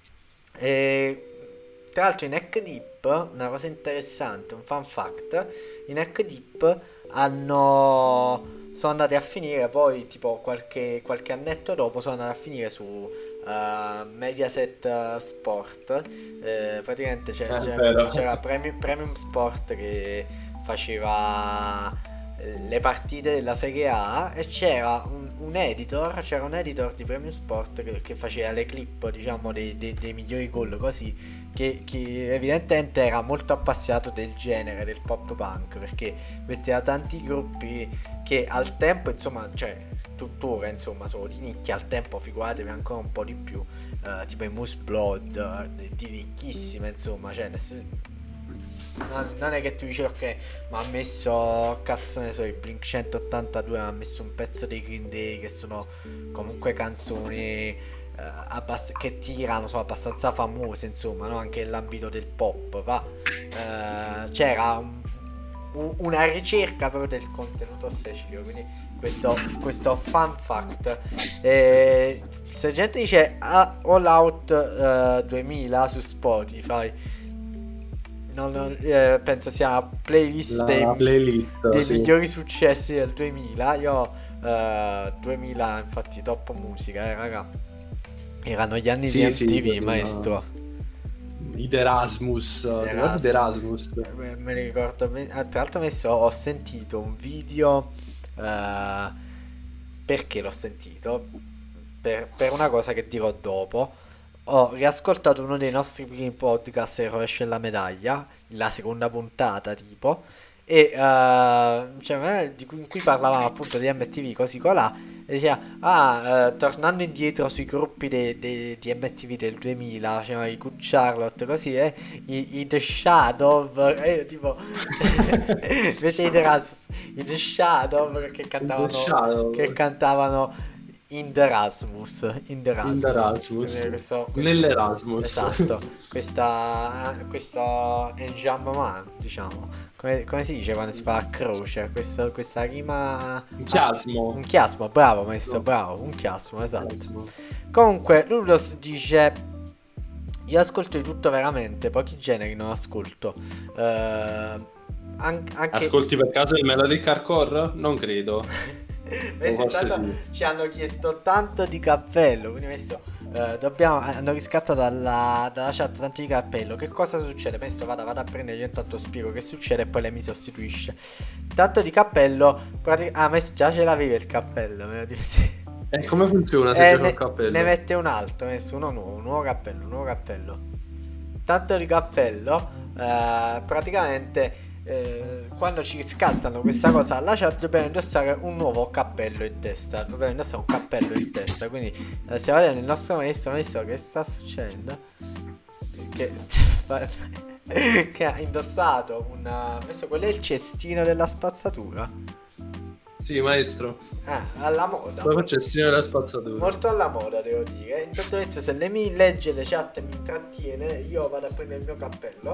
S1: E tra l'altro i Neck Deep, una cosa interessante, un fun fact, i Neck Deep hanno sono andati a finire poi tipo qualche, qualche annetto dopo sono andati a finire su uh, Mediaset uh, Sport, eh, praticamente c'era, c'era, c'era Premium, Premium Sport che faceva le partite della Serie A, e c'era un, un editor c'era un editor di Premium Sport che, che faceva le clip diciamo dei, dei, dei migliori gol così, che, che evidentemente era molto appassionato del genere del pop punk, perché metteva tanti gruppi che al tempo insomma, cioè tuttora insomma sono di nicchia, al tempo figuratevi ancora un po' di più, uh, tipo i Moose Blood, di, di nicchissime insomma, cioè nessuno. Non, non è che tu dici ok, ma ha messo cazzo ne so i Blink centottantadue, ma ha messo un pezzo dei Green Day, che sono comunque canzoni eh, abbass- che tirano, sono abbastanza famose insomma, no? Anche nell'ambito del pop va. Eh, c'era un, un, una ricerca proprio del contenuto specifico, quindi questo, questo fun fact. Eh, se gente dice ah, All Out eh, duemila su Spotify, Non, non, eh, penso sia playlist
S2: la
S1: dei,
S2: playlist,
S1: dei
S2: sì.
S1: migliori successi del duemila. Io eh, duemila infatti top musica, eh raga. Erano gli anni
S2: Sì,
S1: di
S2: sì,
S1: M T V,
S2: quella-
S1: maestro.
S2: Id Erasmus,
S1: Erasmus.
S2: Id Erasmus.
S1: Me, me li ricordo. me- ah, Tra l'altro, messo, ho sentito un video. eh, perché l'ho sentito? Per, per una cosa che dirò dopo. Ho riascoltato uno dei nostri primi podcast, Il rovescio e la medaglia, la seconda puntata, tipo. E eh, cioè, eh, di cui, in cui parlavamo appunto di M T V così colà. E diceva, ah, eh, tornando indietro sui gruppi de- de- di M T V del duemila, facevano i Good Charlotte, così, eh, i, i The Shadow, e io tipo, cioè, invece i The Rasmus, i The Shadow che cantavano,
S2: Shadow.
S1: che cantavano in the Rasmus, in the Rasmus,
S2: In the Erasmus.
S1: Quindi questo- questo-
S2: Nell'Erasmus.
S1: esatto, questa, questo enjambment, diciamo, come, come si dice quando si fa a croce, questo, questa rima...
S2: Un chiasmo.
S1: Un chiasmo, bravo maestro,
S2: No.
S1: bravo, un chiasmo, esatto. Comunque, Ludos dice: io ascolto di tutto veramente, pochi generi non ascolto. Eh, an- anche...
S2: Ascolti per caso il Melodic Hardcore? Non credo.
S1: Maestro,
S2: forse
S1: intanto
S2: sì.
S1: ci hanno chiesto tanto di cappello, quindi maestro, eh, dobbiamo, hanno riscattato dalla, dalla chat tanto di cappello. Che cosa succede? Maestro, vada, vada a prendere, io intanto spiego che succede e poi lei mi sostituisce. Tanto di cappello, pratic- ah, maestro, già ce l'avevi il cappello, me lo dimentico.
S2: E come funziona se
S1: Eh,
S2: c'è
S1: ne,
S2: un cappello?
S1: ne mette un altro, messo uno nuovo, un nuovo cappello, un nuovo cappello. Tanto di cappello, eh, praticamente eh, quando ci scattano questa cosa alla chat dobbiamo indossare un nuovo cappello in testa. Dobbiamo indossare un cappello in testa. Quindi eh, stiamo vedendo il nostro maestro, maestro, che sta succedendo? Che, che ha indossato una... Messo, quello è il cestino della spazzatura.
S2: Sì, maestro.
S1: Ah, alla moda.
S2: Poi faccio il segno della spazzatura.
S1: Molto alla moda, devo dire. Intanto adesso, se lei mi legge le chat e mi intrattiene, io vado a prendere il mio cappello.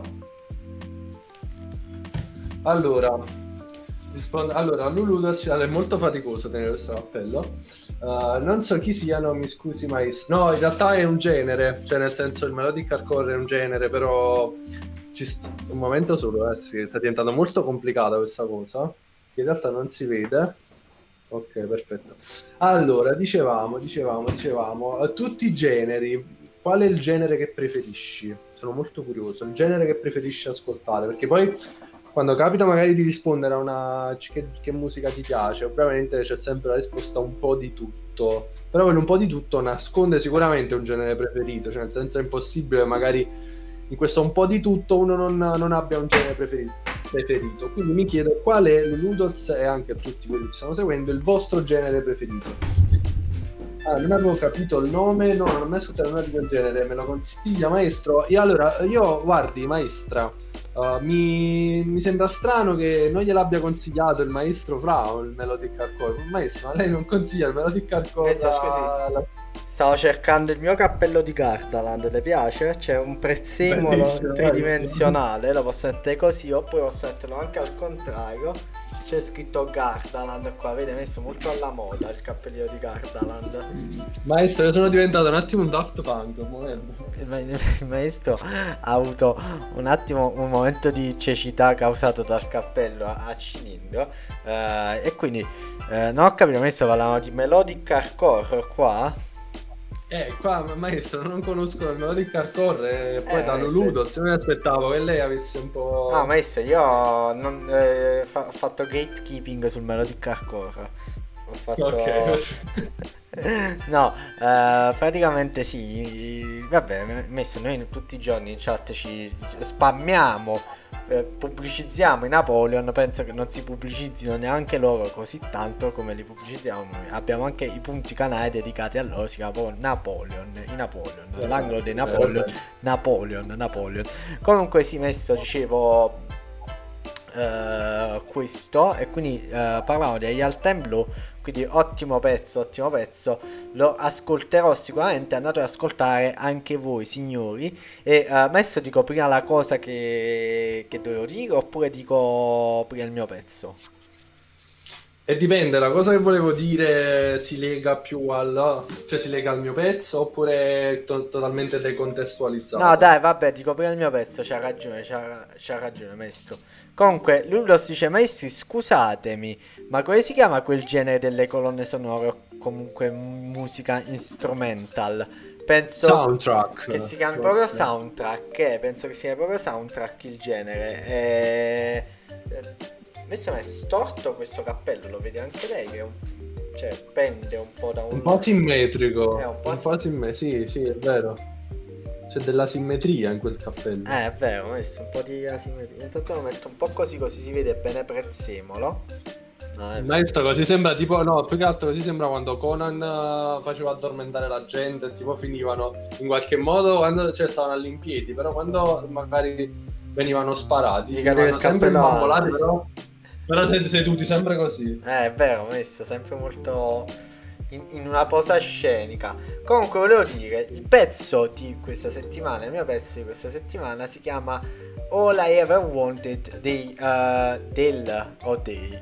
S2: Allora, rispondo... allora, Lulu Dolciale è molto faticoso tenere questo cappello. Uh, non so chi siano, mi scusi maestro. No, in realtà è un genere, cioè nel senso il Melodic Hardcore è un genere, però ci st- un momento solo, ragazzi, sta diventando molto complicata questa cosa, che in realtà non si vede. Ok, perfetto. Allora, dicevamo, dicevamo, dicevamo, uh, tutti i generi. Qual è il genere che preferisci? Sono molto curioso. Il genere che preferisci ascoltare, perché poi quando capita magari di rispondere a una che, che musica ti piace, ovviamente c'è sempre la risposta un po' di tutto, però quello un po' di tutto nasconde sicuramente un genere preferito, cioè nel senso è impossibile magari in questo un po' di tutto uno non, non abbia un genere preferito, preferito. Quindi mi chiedo qual è, Ludols e anche a tutti quelli che ci stanno seguendo, il vostro genere preferito. Ah, non avevo capito il nome, no, non ho mai ascoltato nulla di quel genere, me lo consiglia maestro? E allora, io, guardi maestra, uh, mi, mi sembra strano che non gliel'abbia consigliato il maestro Fra il Melodic Hardcore. Maestro, ma lei non consiglia il Melodic Hardcore?
S1: Maestro, scusi.
S2: alla-
S1: Stavo cercando il mio cappello di Gardaland, le piace? C'è un prezzemolo
S2: Bellissimo,
S1: tridimensionale, lo posso mettere così oppure posso metterlo anche al contrario. C'è scritto Gardaland qua, vede, messo molto alla moda il cappellino di Gardaland.
S2: Maestro, io sono diventato un attimo un Daft Punk, un momento.
S1: Il, ma- il maestro ha avuto un attimo un momento di cecità causato dal cappello a, a cilindro, eh, e quindi eh, non ho capito, maestro, parlavano di Melodic Hardcore qua.
S2: Eh, qua maestro, non conosco il Melodic Hardcore e poi
S1: Eh,
S2: da
S1: se-
S2: Ludols, io mi aspettavo che lei avesse un po'...
S1: No, maestro, io non, eh, fa- ho fatto gatekeeping sul Melodic Hardcore. Ho fatto...
S2: Ok.
S1: No, eh, praticamente sì. Vabbè, messo, noi tutti i giorni in chat ci spammiamo, eh, pubblicizziamo i Napoleon. Penso che non si pubblicizzino neanche loro così tanto come li pubblicizziamo noi. Abbiamo anche i punti canali dedicati a loro, si chiama proprio Napoleon, i Napoleon, l'angolo dei Napoleon, Napoleon, Napoleon. Comunque sì, messo, dicevo uh, questo, e quindi uh, parlavamo di All Time Low, quindi ottimo pezzo, ottimo pezzo, lo ascolterò sicuramente, andate ad ascoltare anche voi signori. E uh, adesso dico prima la cosa che, che dovevo dire oppure dico prima il mio pezzo?
S2: E dipende, la cosa che volevo dire si lega più al... cioè si lega al mio pezzo oppure è to- totalmente decontestualizzato?
S1: No dai, vabbè, dico prima il mio pezzo, c'ha ragione, c'ha, c'ha ragione maestro. Comunque Lulos dice: maestri, scusatemi, ma come si chiama quel genere delle colonne sonore o comunque musica instrumental? penso
S2: Soundtrack.
S1: che si chiami
S2: Cioè,
S1: proprio soundtrack, eh, penso che si chiami proprio soundtrack il genere. E... Adesso è storto questo cappello, lo vedi anche lei che è un... cioè pende un po' da un...
S2: Un po' simmetrico.
S1: È un po'
S2: un po' simme- sì, sì, è vero. C'è della simmetria in quel cappello.
S1: Eh, è vero, ho messo un po' di asimmetria. Intanto lo metto un po' così, così si vede bene prezzemolo. No, è
S2: Maestro, così sembra tipo, no, più che altro così sembra quando Conan uh, faceva addormentare la gente, tipo finivano in qualche modo quando cioè, stavano all'impiedi, però quando magari venivano sparati,
S1: Gli cadeva il
S2: finivano sempre
S1: cappello
S2: imbambolati,
S1: avanti.
S2: però, però sed- seduti sempre così.
S1: Eh, è vero, ho messo sempre molto in, in una posa scenica. Comunque volevo dire, il pezzo di questa settimana, il mio pezzo di questa settimana si chiama All I Ever Wanted dei, uh, del o dei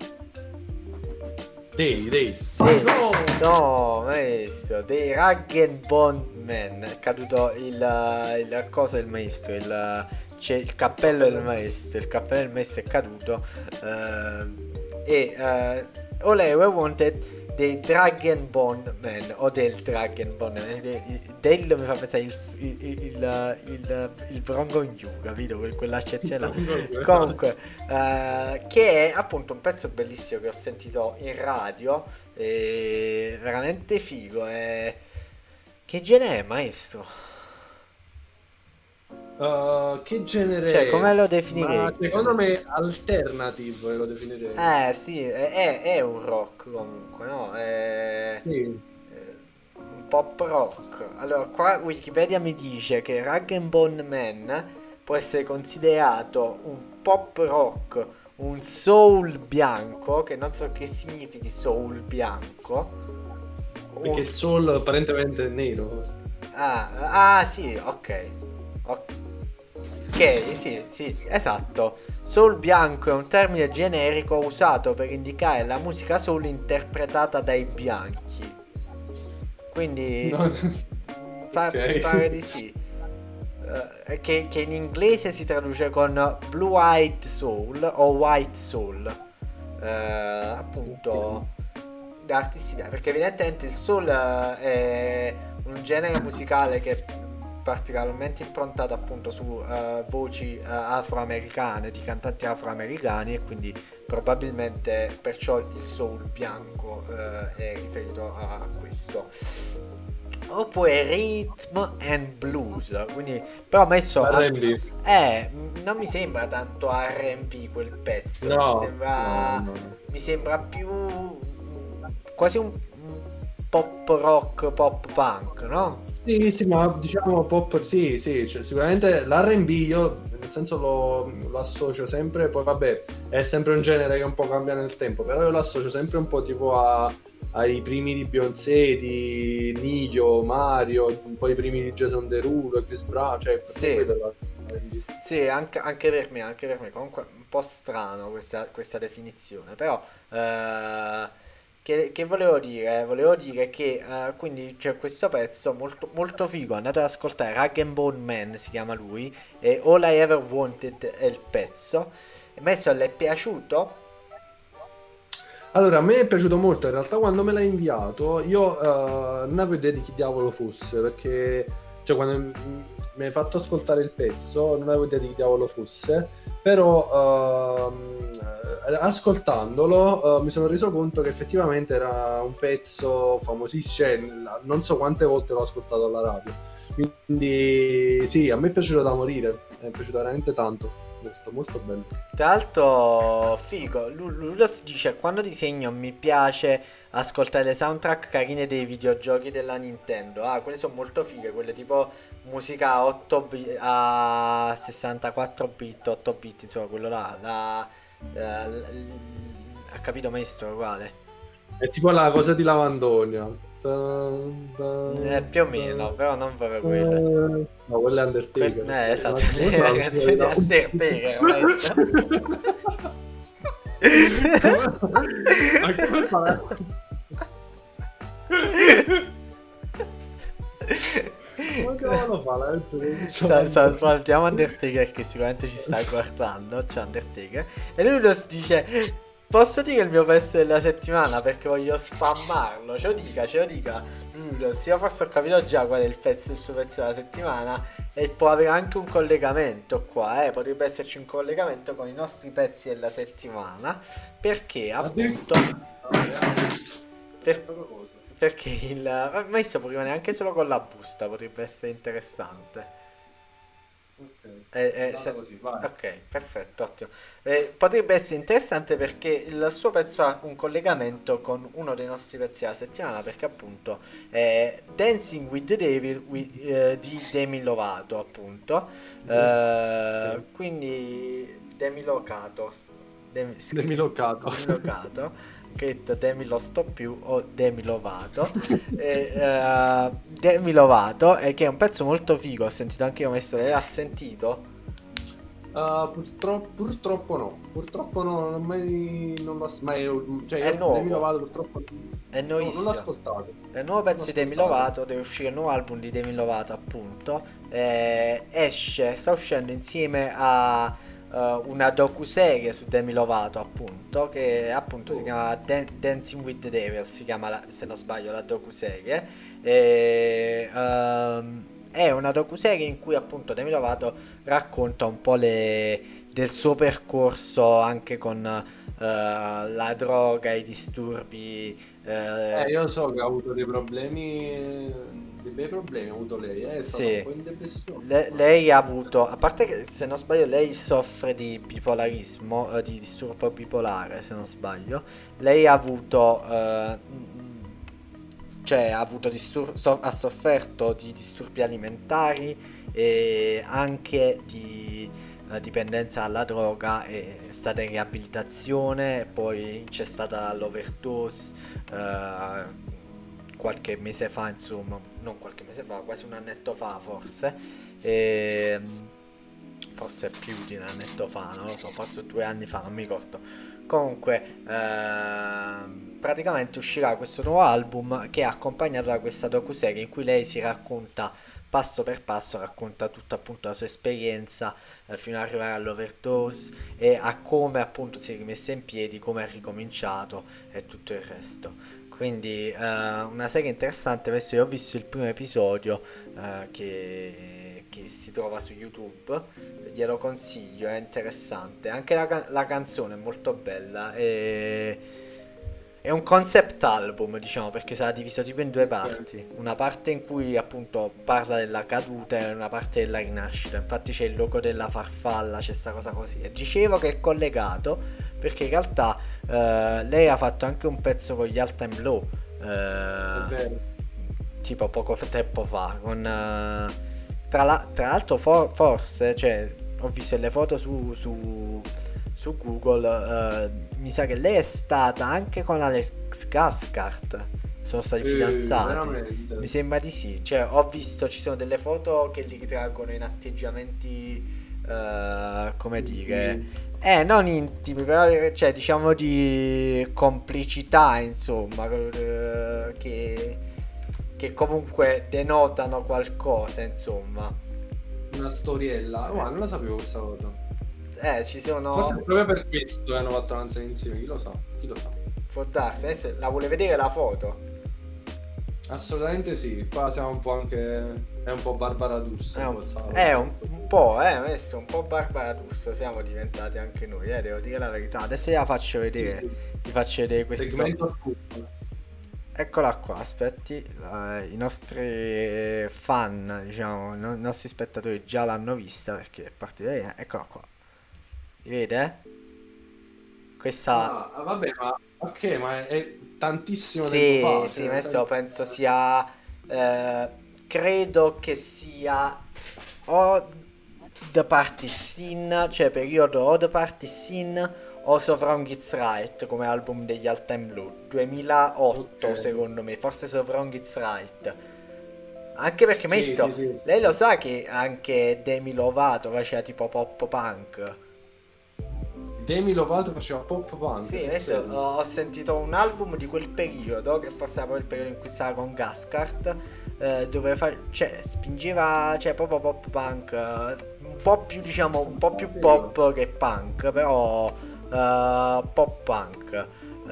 S2: Dei, dei.
S1: dei
S2: No!
S1: no, maestro, dei Rag and Bone Man. È caduto il, il coso del maestro, il, c'è il cappello del maestro, il cappello del maestro è caduto. eh, e uh, All I Ever Wanted dei Dragon Bone Man o del Dragon Bone Man. Del mi fa pensare il il il, il, il, il Bronco New, capito? Que- quell'accezione là. Comunque eh, che è appunto un pezzo bellissimo che ho sentito in radio, e veramente figo. E... che genere è, maestro?
S2: Uh, che genere
S1: Cioè,
S2: è?
S1: come lo definirei?
S2: Ma secondo me alternative lo definirei.
S1: Eh sì, è, è, è un rock comunque, no? È...
S2: Sì.
S1: un pop rock. Allora, qua Wikipedia mi dice che Rag and Bone Man può essere considerato un pop rock, un soul bianco, che non so che significhi soul bianco.
S2: Perché
S1: Un-
S2: il soul apparentemente è nero.
S1: Ah, ah sì, ok. Ok, sì, sì, esatto. Soul bianco è un termine generico usato per indicare la musica soul interpretata dai bianchi. Quindi
S2: No.
S1: pa-
S2: Ok.
S1: pare di sì. Eh, che, che in inglese si traduce con Blue Eyed Soul o White Soul. Eh, appunto da artisti bianchi, perché evidentemente il soul eh, è un genere musicale che è particolarmente improntato appunto su eh, voci eh, afroamericane, di cantanti afroamericani, e quindi probabilmente perciò il soul bianco eh, è riferito a questo. Oppure rhythm and blues, quindi però messo a-
S2: R and B.
S1: eh, m- non mi sembra tanto R and B quel pezzo,
S2: No,
S1: mi sembra
S2: no, no.
S1: mi sembra più mm, quasi un un pop rock, pop punk, no?
S2: Sì, sì, ma diciamo pop, sì, sì, cioè, sicuramente l'R and B io nel senso lo, lo associo sempre, poi vabbè, è sempre un genere che un po' cambia nel tempo, però io lo associo sempre un po' tipo a, ai primi di Beyoncé, di Nio, Mario, un po' i primi di Jason Derulo, Chris Brown, cioè
S1: Sì.
S2: quello è la-
S1: Sì, anche, anche per me, anche per me. Comunque un po' strano questa, questa definizione, però eh, che, che volevo dire? Volevo dire che eh, quindi c'è questo pezzo molto, molto figo, andate ad ascoltare, Rag and Bone Man si chiama lui, e All I Ever Wanted è il pezzo. E messo le è piaciuto?
S2: Allora, a me è piaciuto molto, in realtà quando me l'hai inviato io eh, non avevo idea di chi diavolo fosse, perché cioè quando m- mi hai fatto ascoltare il pezzo non avevo idea di chi diavolo fosse, però ehm, eh, ascoltandolo eh, mi sono reso conto che effettivamente era un pezzo famosissimo, cioè, la- non so quante volte l'ho ascoltato alla radio, quindi sì, a me è piaciuto da morire, è piaciuto veramente tanto, molto molto bello.
S1: Tra l'altro, figo, Lu- Lulos dice: quando disegno mi piace ascoltare le soundtrack carine dei videogiochi della Nintendo. Ah, quelle sono molto fighe, quelle tipo musica a otto bit, a sessantaquattro bit, otto bit, insomma, quello là. La, la- la- ha capito, maestro, quale?
S2: È tipo la cosa di Lavandonia. Dun, dun,
S1: Eh, più o meno, però non proprio quello.
S2: dun. No, quello è Undertaker.
S1: Que- eh, esatto,
S2: Ma-
S1: le
S2: ma-
S1: canzoni di
S2: no.
S1: Undertaker, maestro.
S2: Ma come fa? Ma come lo fa? La
S1: Sa- sa- Salutiamo Undertaker che sicuramente ci sta guardando. C'è Undertaker. E lui lo s- dice: Posso dire il mio pezzo della settimana perché voglio spammarlo? Ce lo dica, ce lo dica. Sì, io forse ho capito già qual è il pezzo, il suo pezzo della settimana e può avere anche un collegamento qua, eh. Potrebbe esserci un collegamento con i nostri pezzi della settimana perché appunto per, perché il ma io prima neanche solo con la busta potrebbe essere interessante.
S2: Ok,
S1: Eh, eh, se-
S2: così, vai.
S1: ok, perfetto, ottimo. Eh, potrebbe essere interessante perché il suo pezzo ha un collegamento con uno dei nostri pezzi della settimana, perché appunto è Dancing with the Devil wi- eh, di Demi Lovato, appunto. Eh,
S2: Sì.
S1: quindi Demi Lovato. Demi,
S2: Demi Lovato.
S1: Demi Lovato. Scritto Demi lo sto più o Demi Lovato. E, eh, Demi Lovato, eh, che è un pezzo molto figo. Ho sentito anche io, messo, lei l'ha sentito?
S2: Uh, purtroppo, purtroppo no, purtroppo no, non ho mai, non l'ho, ma è, cioè,
S1: È
S2: io
S1: nuovo.
S2: Demi Lovato purtroppo
S1: È
S2: no, non l'ho
S1: nuovissimo.
S2: ascoltato.
S1: È il nuovo pezzo di Demi
S2: ascoltato.
S1: Lovato, deve uscire il nuovo album di Demi Lovato, appunto. Eh, esce, sta uscendo insieme a eh, una docuserie su Demi Lovato, appunto, che appunto si
S2: Oh.
S1: chiama Dan- Dancing with the Devil, si chiama, la- se non sbaglio, la docuserie. E, ehm, è una docuserie in cui appunto Demi Lovato racconta un po' le, del suo percorso anche con eh, la droga, i disturbi.
S2: Eh,
S1: eh,
S2: io so che ha avuto dei problemi, dei bei problemi ha avuto lei, eh, è stata
S1: Sì.
S2: un po' in depressione.
S1: Le- lei ha avuto, a parte che se non sbaglio lei soffre di bipolarismo, eh, di disturbo bipolare se non sbaglio, lei ha avuto, eh, mm, cioè ha avuto distur- so- ha sofferto di disturbi alimentari e anche di eh, dipendenza dalla droga, è stata in riabilitazione, poi c'è stata l'overdose eh, qualche mese fa, insomma, non qualche mese fa, quasi un annetto fa forse, e, forse più di un annetto fa, non lo so, forse due anni fa, non mi ricordo. Comunque, ehm, praticamente uscirà questo nuovo album che è accompagnato da questa docuserie in cui lei si racconta passo per passo, racconta tutta appunto la sua esperienza eh, fino ad arrivare all'overdose e a come appunto si è rimessa in piedi, come ha ricominciato e tutto il resto. Quindi eh, una serie interessante. Adesso io ho visto il primo episodio eh, che, che si trova su YouTube, glielo consiglio, è interessante. Anche la, ca- la canzone è molto bella. E... È un concept album, diciamo, perché sarà diviso tipo in due parti. Una parte in cui appunto parla della caduta e una parte della rinascita. Infatti c'è il logo della farfalla, c'è sta cosa così. E dicevo che è collegato perché in realtà eh, lei ha fatto anche un pezzo con gli All Time Low.
S2: È
S1: eh,
S2: vero.
S1: tipo poco f- tempo fa. Con, eh, tra, la- tra l'altro for- forse, cioè, ho visto le foto su... su su Google, eh, mi sa che lei è stata anche con Alex Skarsgård, sono stati
S2: Eh,
S1: fidanzati,
S2: veramente.
S1: mi sembra di sì, cioè ho visto, ci sono delle foto che li ritraggono in atteggiamenti, eh, come dire, eh, non intimi, però cioè diciamo di complicità, insomma, eh, che, che comunque denotano qualcosa, insomma.
S2: Una storiella. Oh, non la sapevo questa cosa.
S1: Eh, ci sono...
S2: Forse è proprio per questo che hanno fatto una canzone insieme, chi lo sa, chi lo sa.
S1: Può darsi, adesso la vuole vedere la foto?
S2: Assolutamente sì, qua siamo un po' anche, è un po' Barbara D'Urso.
S1: È
S2: un
S1: un,
S2: po', sa-
S1: è un, un po', eh, adesso un po' Barbara D'Urso siamo diventati anche noi, eh, devo dire la verità. Adesso gliela faccio vedere,
S2: Sì,
S1: vi faccio vedere questo.
S2: segmento scoop.
S1: Eccola qua, aspetti, eh, i nostri fan, diciamo, i no- i nostri spettatori già l'hanno vista perché è partita lei, eccola qua. Si vede? Questa...
S2: Ah, vabbè, ma ok, ma è, è tantissimo
S1: Sì,
S2: tempo fa.
S1: sì,
S2: cioè,
S1: adesso
S2: sai-
S1: penso sia... eh, credo che sia o The Party Scene, cioè periodo o The Party Scene o So Wrong It's Right come album degli All Time Low. duemilaotto
S2: Ok.
S1: secondo me, forse So Wrong It's Right. Anche perché,
S2: Sì,
S1: maestro,
S2: sì, sì.
S1: lei lo sa che anche Demi Lovato faceva tipo pop punk.
S2: Demi Lovato faceva pop punk.
S1: Sì,
S2: sul
S1: adesso
S2: serio.
S1: ho sentito un album di quel periodo, che forse era proprio il periodo in cui stava con Gascart, eh, dove fa, cioè, spingeva, cioè, proprio pop punk, eh, un po' più, diciamo, un po' più pop che punk, però uh, pop punk,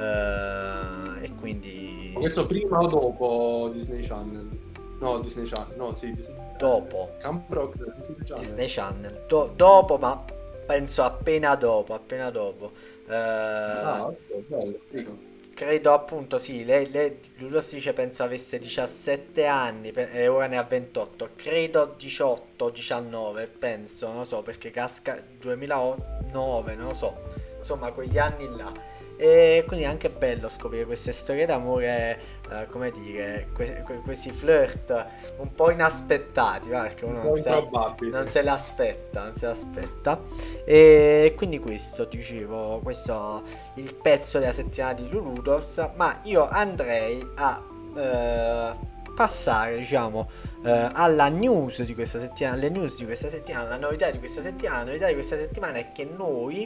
S1: uh, e quindi
S2: Questo prima o dopo Disney Channel? No, Disney Channel, no, sì, Disney.
S1: dopo
S2: Camp Rock Disney Channel.
S1: Disney Channel, Do- dopo, ma penso appena dopo, appena dopo. Uh,
S2: Ah, ok, bello, figo.
S1: Credo appunto, sì, lei, lei Ludos dice penso avesse diciassette anni pe- e ora ne ha ventotto, credo diciotto, diciannove, penso, non lo so, perché casca duemilanove, non lo so, insomma quegli anni là. E quindi è anche bello scoprire queste storie d'amore, eh, come dire, que- que- questi flirt un po' inaspettati, va, perché uno
S2: Un po'
S1: non sa,
S2: improbabili.
S1: non se l'aspetta, non se l'aspetta. E quindi questo, dicevo, questo il pezzo della settimana di Luludos, ma io andrei a eh, passare, diciamo, eh, alla news di questa settimana, alle news di questa settimana, la novità di questa settimana, la novità di questa settimana è che noi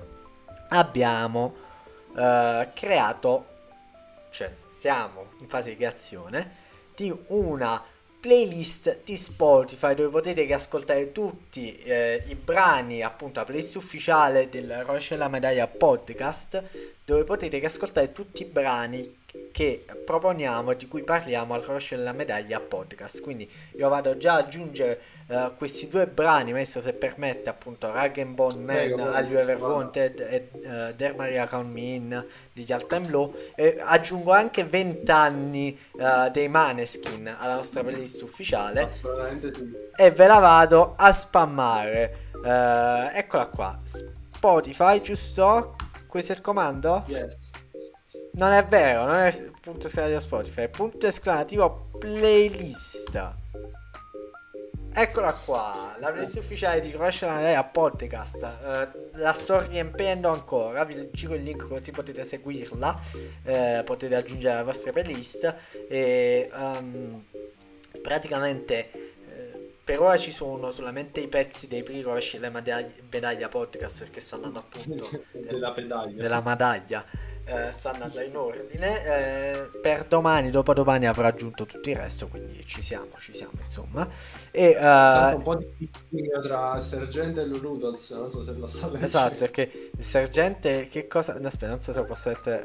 S1: abbiamo eh, creato, cioè siamo in fase di creazione di una playlist di Spotify dove potete riascoltare tutti eh, i brani, appunto la playlist ufficiale del Rovescio della Medaglia podcast, dove potete riascoltare tutti i brani che proponiamo e di cui parliamo al Rovescio della Medaglia podcast. Quindi io vado già ad aggiungere uh, questi due brani, messo se permette, appunto Rag and Bone Man,
S2: Prego,
S1: All You Ever
S2: guarda.
S1: Wanted e uh, Dare Maria Count Me In di All Time Low, e aggiungo anche venti anni uh, dei Maneskin alla nostra playlist ufficiale
S2: Assolutamente sì.
S1: e ve la vado a spammare. Uh, eccola qua, Spotify, giusto? Questo è il comando?
S2: Yes.
S1: Non è vero, non è punto esclamativo Spotify, è punto esclamativo playlist. Eccola qua, la playlist ufficiale di Rovescio podcast. Uh, la sto riempiendo ancora, vi giro il link così potete seguirla, uh, potete aggiungere la vostra playlist e um, praticamente uh, per ora ci sono solamente i pezzi dei primi Rovescio della medaglia, medaglia podcast, perché sto andando appunto
S2: della medaglia.
S1: della medaglia. Eh, sta andando in ordine. Eh, per domani, dopodomani avrò aggiunto tutto il resto, quindi ci siamo, ci siamo insomma. E
S2: Tanto
S1: eh,
S2: un po' di picchino tra Sergente e Luludos, non so se lo sapete.
S1: esatto, perché il sergente che cosa? No, aspetta, non so se lo posso mettere.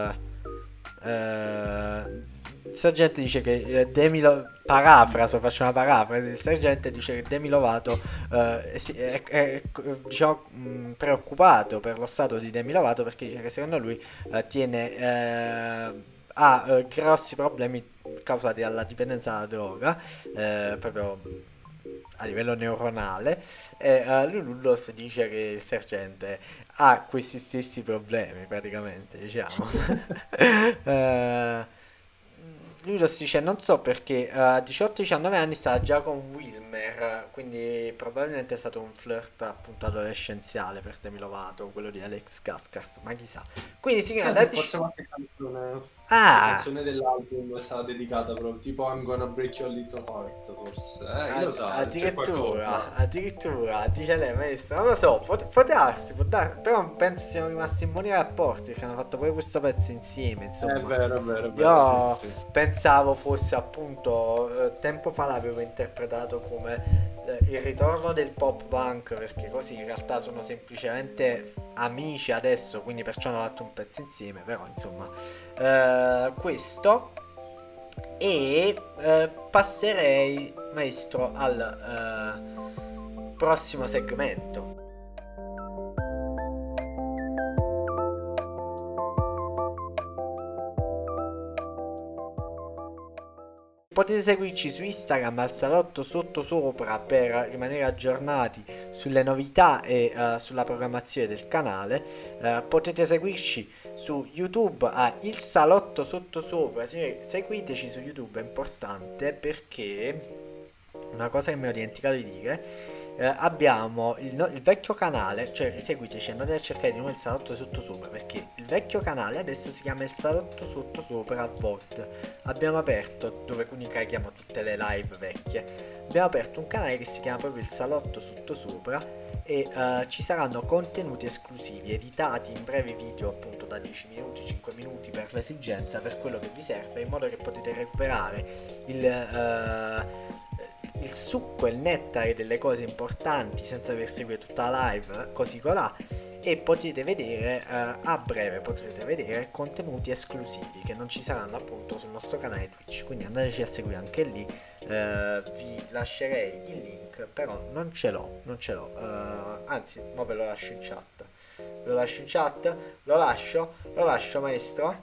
S1: eh, eh, il sergente dice che eh, Demi Lo- parafraso, faccio una parafrasi. Il sergente dice che Demi Lovato eh, si- è, è, diciamo, mh, preoccupato per lo stato di Demi Lovato, perché dice che secondo lui eh, tiene eh, ha eh, grossi problemi causati dalla dipendenza dalla droga, eh, proprio a livello neuronale, e uh, Lululos dice che il sergente ha questi stessi problemi praticamente, diciamo. uh, Lululos dice non so perché uh, a diciotto diciannove anni stava già con Wilmer, quindi probabilmente è stato un flirt appunto adolescenziale per Demi Lovato, quello di Alex Caskart, ma chissà. Quindi si chiama
S2: Forse qualche canzone,
S1: Ah,
S2: la canzone dell'album è stata dedicata proprio tipo I'm Gonna Break Your Little Heart, forse. Eh, chi lo sa, c'è
S1: addirittura,
S2: qualcosa.
S1: addirittura, dice lei, maestro, non lo so, può, può darsi, può darsi, però penso siano rimasti in buoni rapporti, perché hanno fatto pure questo pezzo insieme, insomma.
S2: È vero, è vero, è vero.
S1: Io
S2: sì, sì.
S1: pensavo fosse appunto, eh, tempo fa l'avevo interpretato come eh, il ritorno del pop punk, perché così in realtà sono semplicemente amici adesso, quindi perciò hanno fatto un pezzo insieme, però insomma, eh, questo. E eh, passerei, maestro, al eh, prossimo segmento. Potete seguirci su Instagram al salotto sottosopra per rimanere aggiornati sulle novità e uh, sulla programmazione del canale. Uh, potete seguirci su YouTube a Il Salotto Sottosopra. Signori, seguiteci su YouTube, è importante, perché una cosa che mi ho dimenticato di dire. Eh, abbiamo il, no- il vecchio canale, cioè riseguiteci, andate a cercare di nuovo Il Salotto Sottosopra, perché il vecchio canale adesso si chiama Il Salotto Sottosopra V O D. Abbiamo aperto, dove quindi carichiamo tutte le live vecchie, abbiamo aperto un canale che si chiama proprio Il Salotto Sottosopra e eh, ci saranno contenuti esclusivi editati in brevi video, appunto da dieci minuti, cinque minuti per l'esigenza, per quello che vi serve, in modo che potete recuperare il... eh, il succo e il nettare delle cose importanti senza dover seguire tutta la live, così colà, e potete vedere eh, a breve potrete vedere contenuti esclusivi che non ci saranno appunto sul nostro canale Twitch, quindi andateci a seguire anche lì. Eh, vi lascerei il link, però non ce l'ho, non ce l'ho, eh, anzi, mo ve lo lascio in chat, ve lo lascio in chat, lo lascio, lo lascio maestro.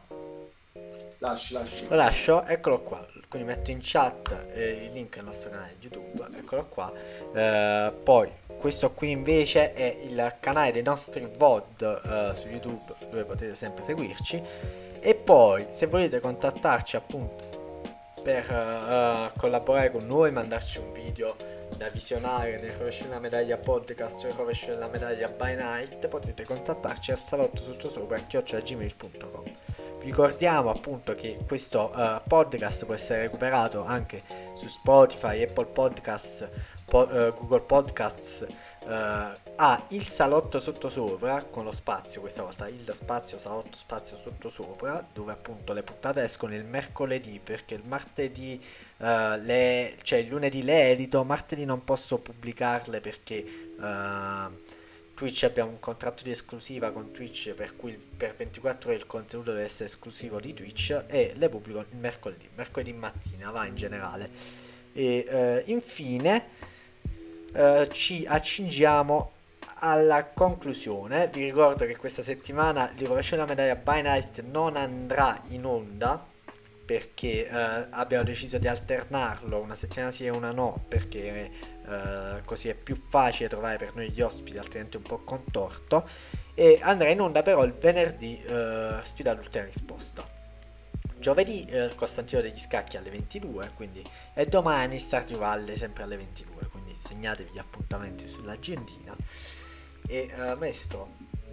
S2: Lasci, lasci.
S1: Lo lascio, eccolo qua. Quindi metto in chat eh, il link al nostro canale YouTube, eccolo qua. Eh, poi questo qui invece è il canale dei nostri V O D eh, su YouTube, dove potete sempre seguirci. E poi se volete contattarci appunto per uh, collaborare con noi, mandarci un video da visionare nel rovescio della medaglia podcast o il rovescio della medaglia by night, potete contattarci al salotto sottosopra chiocciola gmail punto com. Vi ricordiamo appunto che questo uh, podcast può essere recuperato anche su Spotify, Apple Podcasts, po- uh, Google Podcasts, uh, a Il Salotto Sottosopra, con lo spazio questa volta, il spazio salotto spazio sottosopra, dove appunto le puntate escono il mercoledì, perché il martedì, uh, le, cioè il lunedì le edito, martedì non posso pubblicarle perché... Uh, Twitch abbiamo un contratto di esclusiva con Twitch, per cui per ventiquattro ore il contenuto deve essere esclusivo di Twitch, e le pubblico il mercoledì, mercoledì mattina, va, in generale. E eh, infine eh, ci accingiamo alla conclusione. Vi ricordo che questa settimana il rovescio della medaglia by night non andrà in onda, perché eh, abbiamo deciso di alternarlo, una settimana sì e una no, perché eh, così è più facile trovare per noi gli ospiti, altrimenti è un po' contorto. E andrà in onda però il venerdì eh, sfida all'ultima risposta. Giovedì eh, Costantino degli Scacchi alle ventidue, quindi, e domani Stardew Valley sempre alle ventidue, quindi segnatevi gli appuntamenti sull'agendina. E eh, maestro...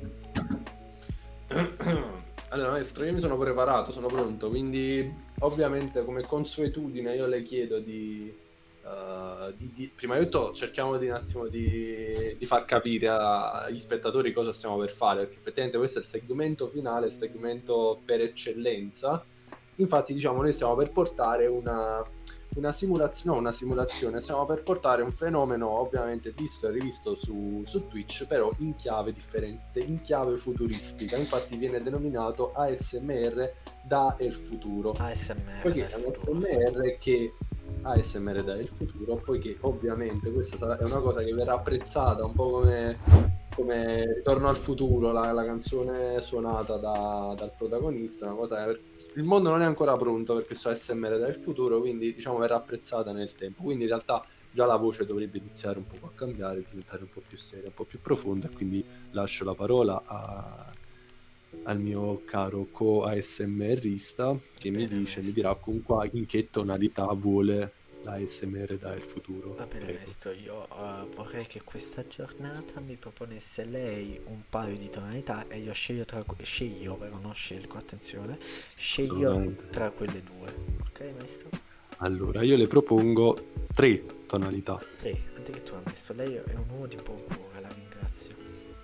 S2: Allora maestro, io mi sono preparato, sono pronto, quindi ovviamente come consuetudine io le chiedo di, uh, di, di prima di tutto cerchiamo di un attimo di, di far capire agli spettatori cosa stiamo per fare, perché effettivamente questo è il segmento finale, il segmento per eccellenza. Infatti diciamo noi stiamo per portare una, una simulazione, no una simulazione, stiamo per portare un fenomeno ovviamente visto e rivisto su, su Twitch, però in chiave differente, in chiave futuristica. Infatti viene denominato A S M R da il futuro.
S1: A S M R
S2: poiché
S1: da il
S2: è
S1: futuro,
S2: un A S M R che A S M R da il futuro, poiché ovviamente questa sarà, è una cosa che verrà apprezzata un po' come, come Ritorno al futuro, la, la canzone suonata da, dal protagonista, una cosa che il mondo non è ancora pronto per questo A S M R del futuro, quindi diciamo verrà apprezzata nel tempo. Quindi in realtà già la voce dovrebbe iniziare un po' a cambiare, diventare un po' più seria, un po' più profonda, e quindi lascio la parola a, al mio caro co-ASMRista che mi
S1: Bene,
S2: dice, mi
S1: maestro.
S2: dirà con qua in che tonalità vuole l'A S M R del futuro.
S1: Va bene,
S2: Prego.
S1: maestro, io uh, vorrei che questa giornata mi proponesse lei un paio di tonalità e io sceglio tra que- sceglio, però non scelgo, attenzione, sceglio
S2: Assolutamente.
S1: tra quelle due. Ok, maestro?
S2: Allora io le propongo tre tonalità.
S1: Tre, addirittura, maestro, lei è un uomo di buon cuore, la ringrazio.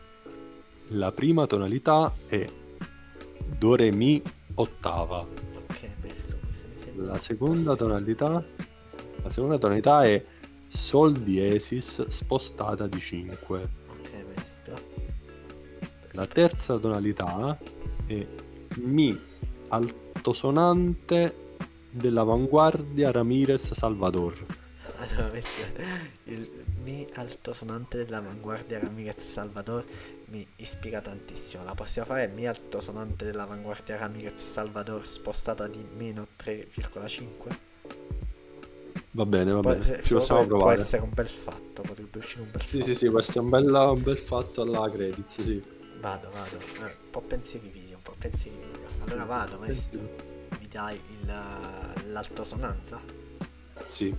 S2: La prima tonalità è Do Re Mi ottava.
S1: Ok, maestro, questa mi sembra
S2: La seconda
S1: possibile.
S2: tonalità La seconda tonalità è Sol diesis spostata di cinque.
S1: Ok, maestro.
S2: La terza tonalità è Mi altosonante dell'avanguardia Ramirez Salvador.
S1: Allora, maestro, il mi altosonante dell'avanguardia Ramirez Salvador mi ispira tantissimo. La possiamo fare mi altosonante dell'avanguardia Ramirez Salvador spostata di meno tre virgola cinque?
S2: Va bene, va
S1: Può,
S2: bene,
S1: se-
S2: ci
S1: può-
S2: possiamo
S1: può
S2: provare.
S1: essere un bel fatto, potrebbe uscire un bel
S2: Sì,
S1: fatto.
S2: sì, sì, questo è un bel, un bel fatto alla credits, sì.
S1: Vado, vado, eh, un po' pensieri video, un po' pensieri video. Allora vado, maestro. Mi dai il, l'altosonanza?
S2: Sì.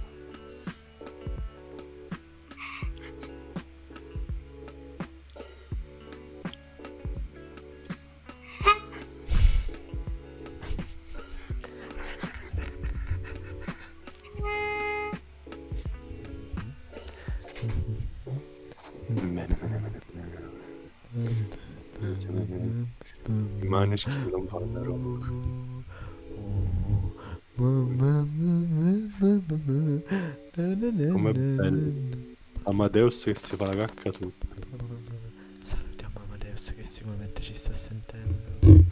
S2: I Maneskin non fanno roba. Com'è bello. Amadeus che si fa la cacca sotto.
S1: Salutiamo Amadeus che sicuramente ci sta sentendo.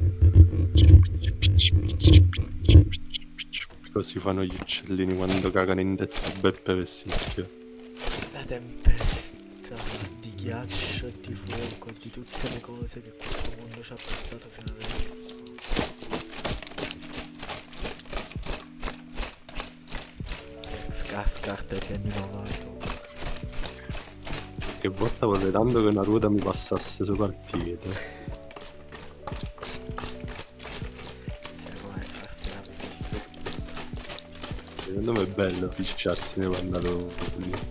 S2: Così fanno gli uccellini quando cagano in testa a Beppe Vessicchio.
S1: La tempesta di ghiaccio e di fuoco, di tutte le cose che questo mondo ci ha portato fino adesso. Scascarta e Demi Lovato.
S2: Che volta vorrei tanto che una ruota mi passasse sopra il piede.
S1: Sai come farsi la pizza?
S2: Secondo me è bello fisciarsi nei pantaloni.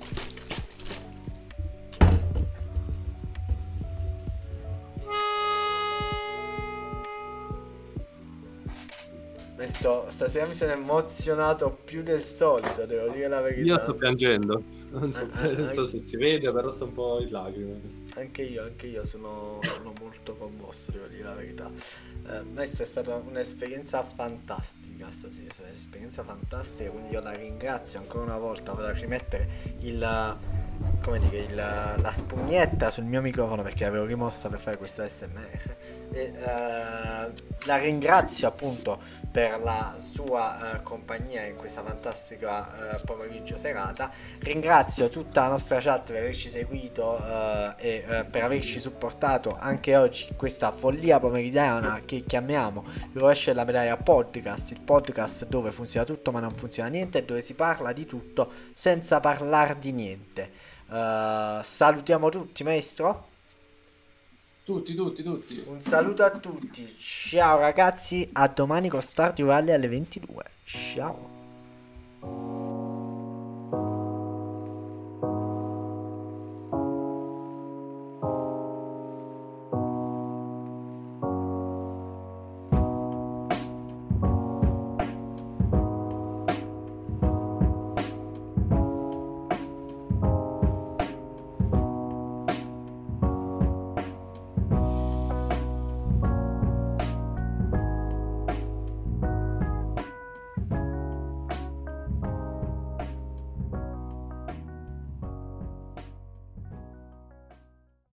S1: Questo, stasera mi sono emozionato più del solito, devo dire la verità.
S2: Io sto piangendo. Non so,
S1: Ah, ah,
S2: non so se si vede, però sto un po' in lacrime.
S1: Anche io, anche io sono, sono molto commosso, devo dire la verità. Eh, questa è stata un'esperienza fantastica stasera, è stata un'esperienza fantastica, quindi io la ringrazio ancora una volta. Volevo rimettere il, come dire, il, la spugnetta sul mio microfono perché l'avevo rimossa per fare questo A S M R. E, eh, la ringrazio appunto per la sua eh, compagnia in questa fantastica eh, pomeriggio serata. Ringrazio tutta la nostra chat per averci seguito eh, e eh, per averci supportato anche oggi in questa follia pomeridiana che chiamiamo il rovescio della medaglia podcast, il podcast dove funziona tutto ma non funziona niente e dove si parla di tutto senza parlare di niente. Uh, salutiamo tutti, maestro.
S2: Tutti, tutti, tutti.
S1: Un saluto a tutti. Ciao ragazzi, a domani con Stardew Valley alle ventidue. Ciao.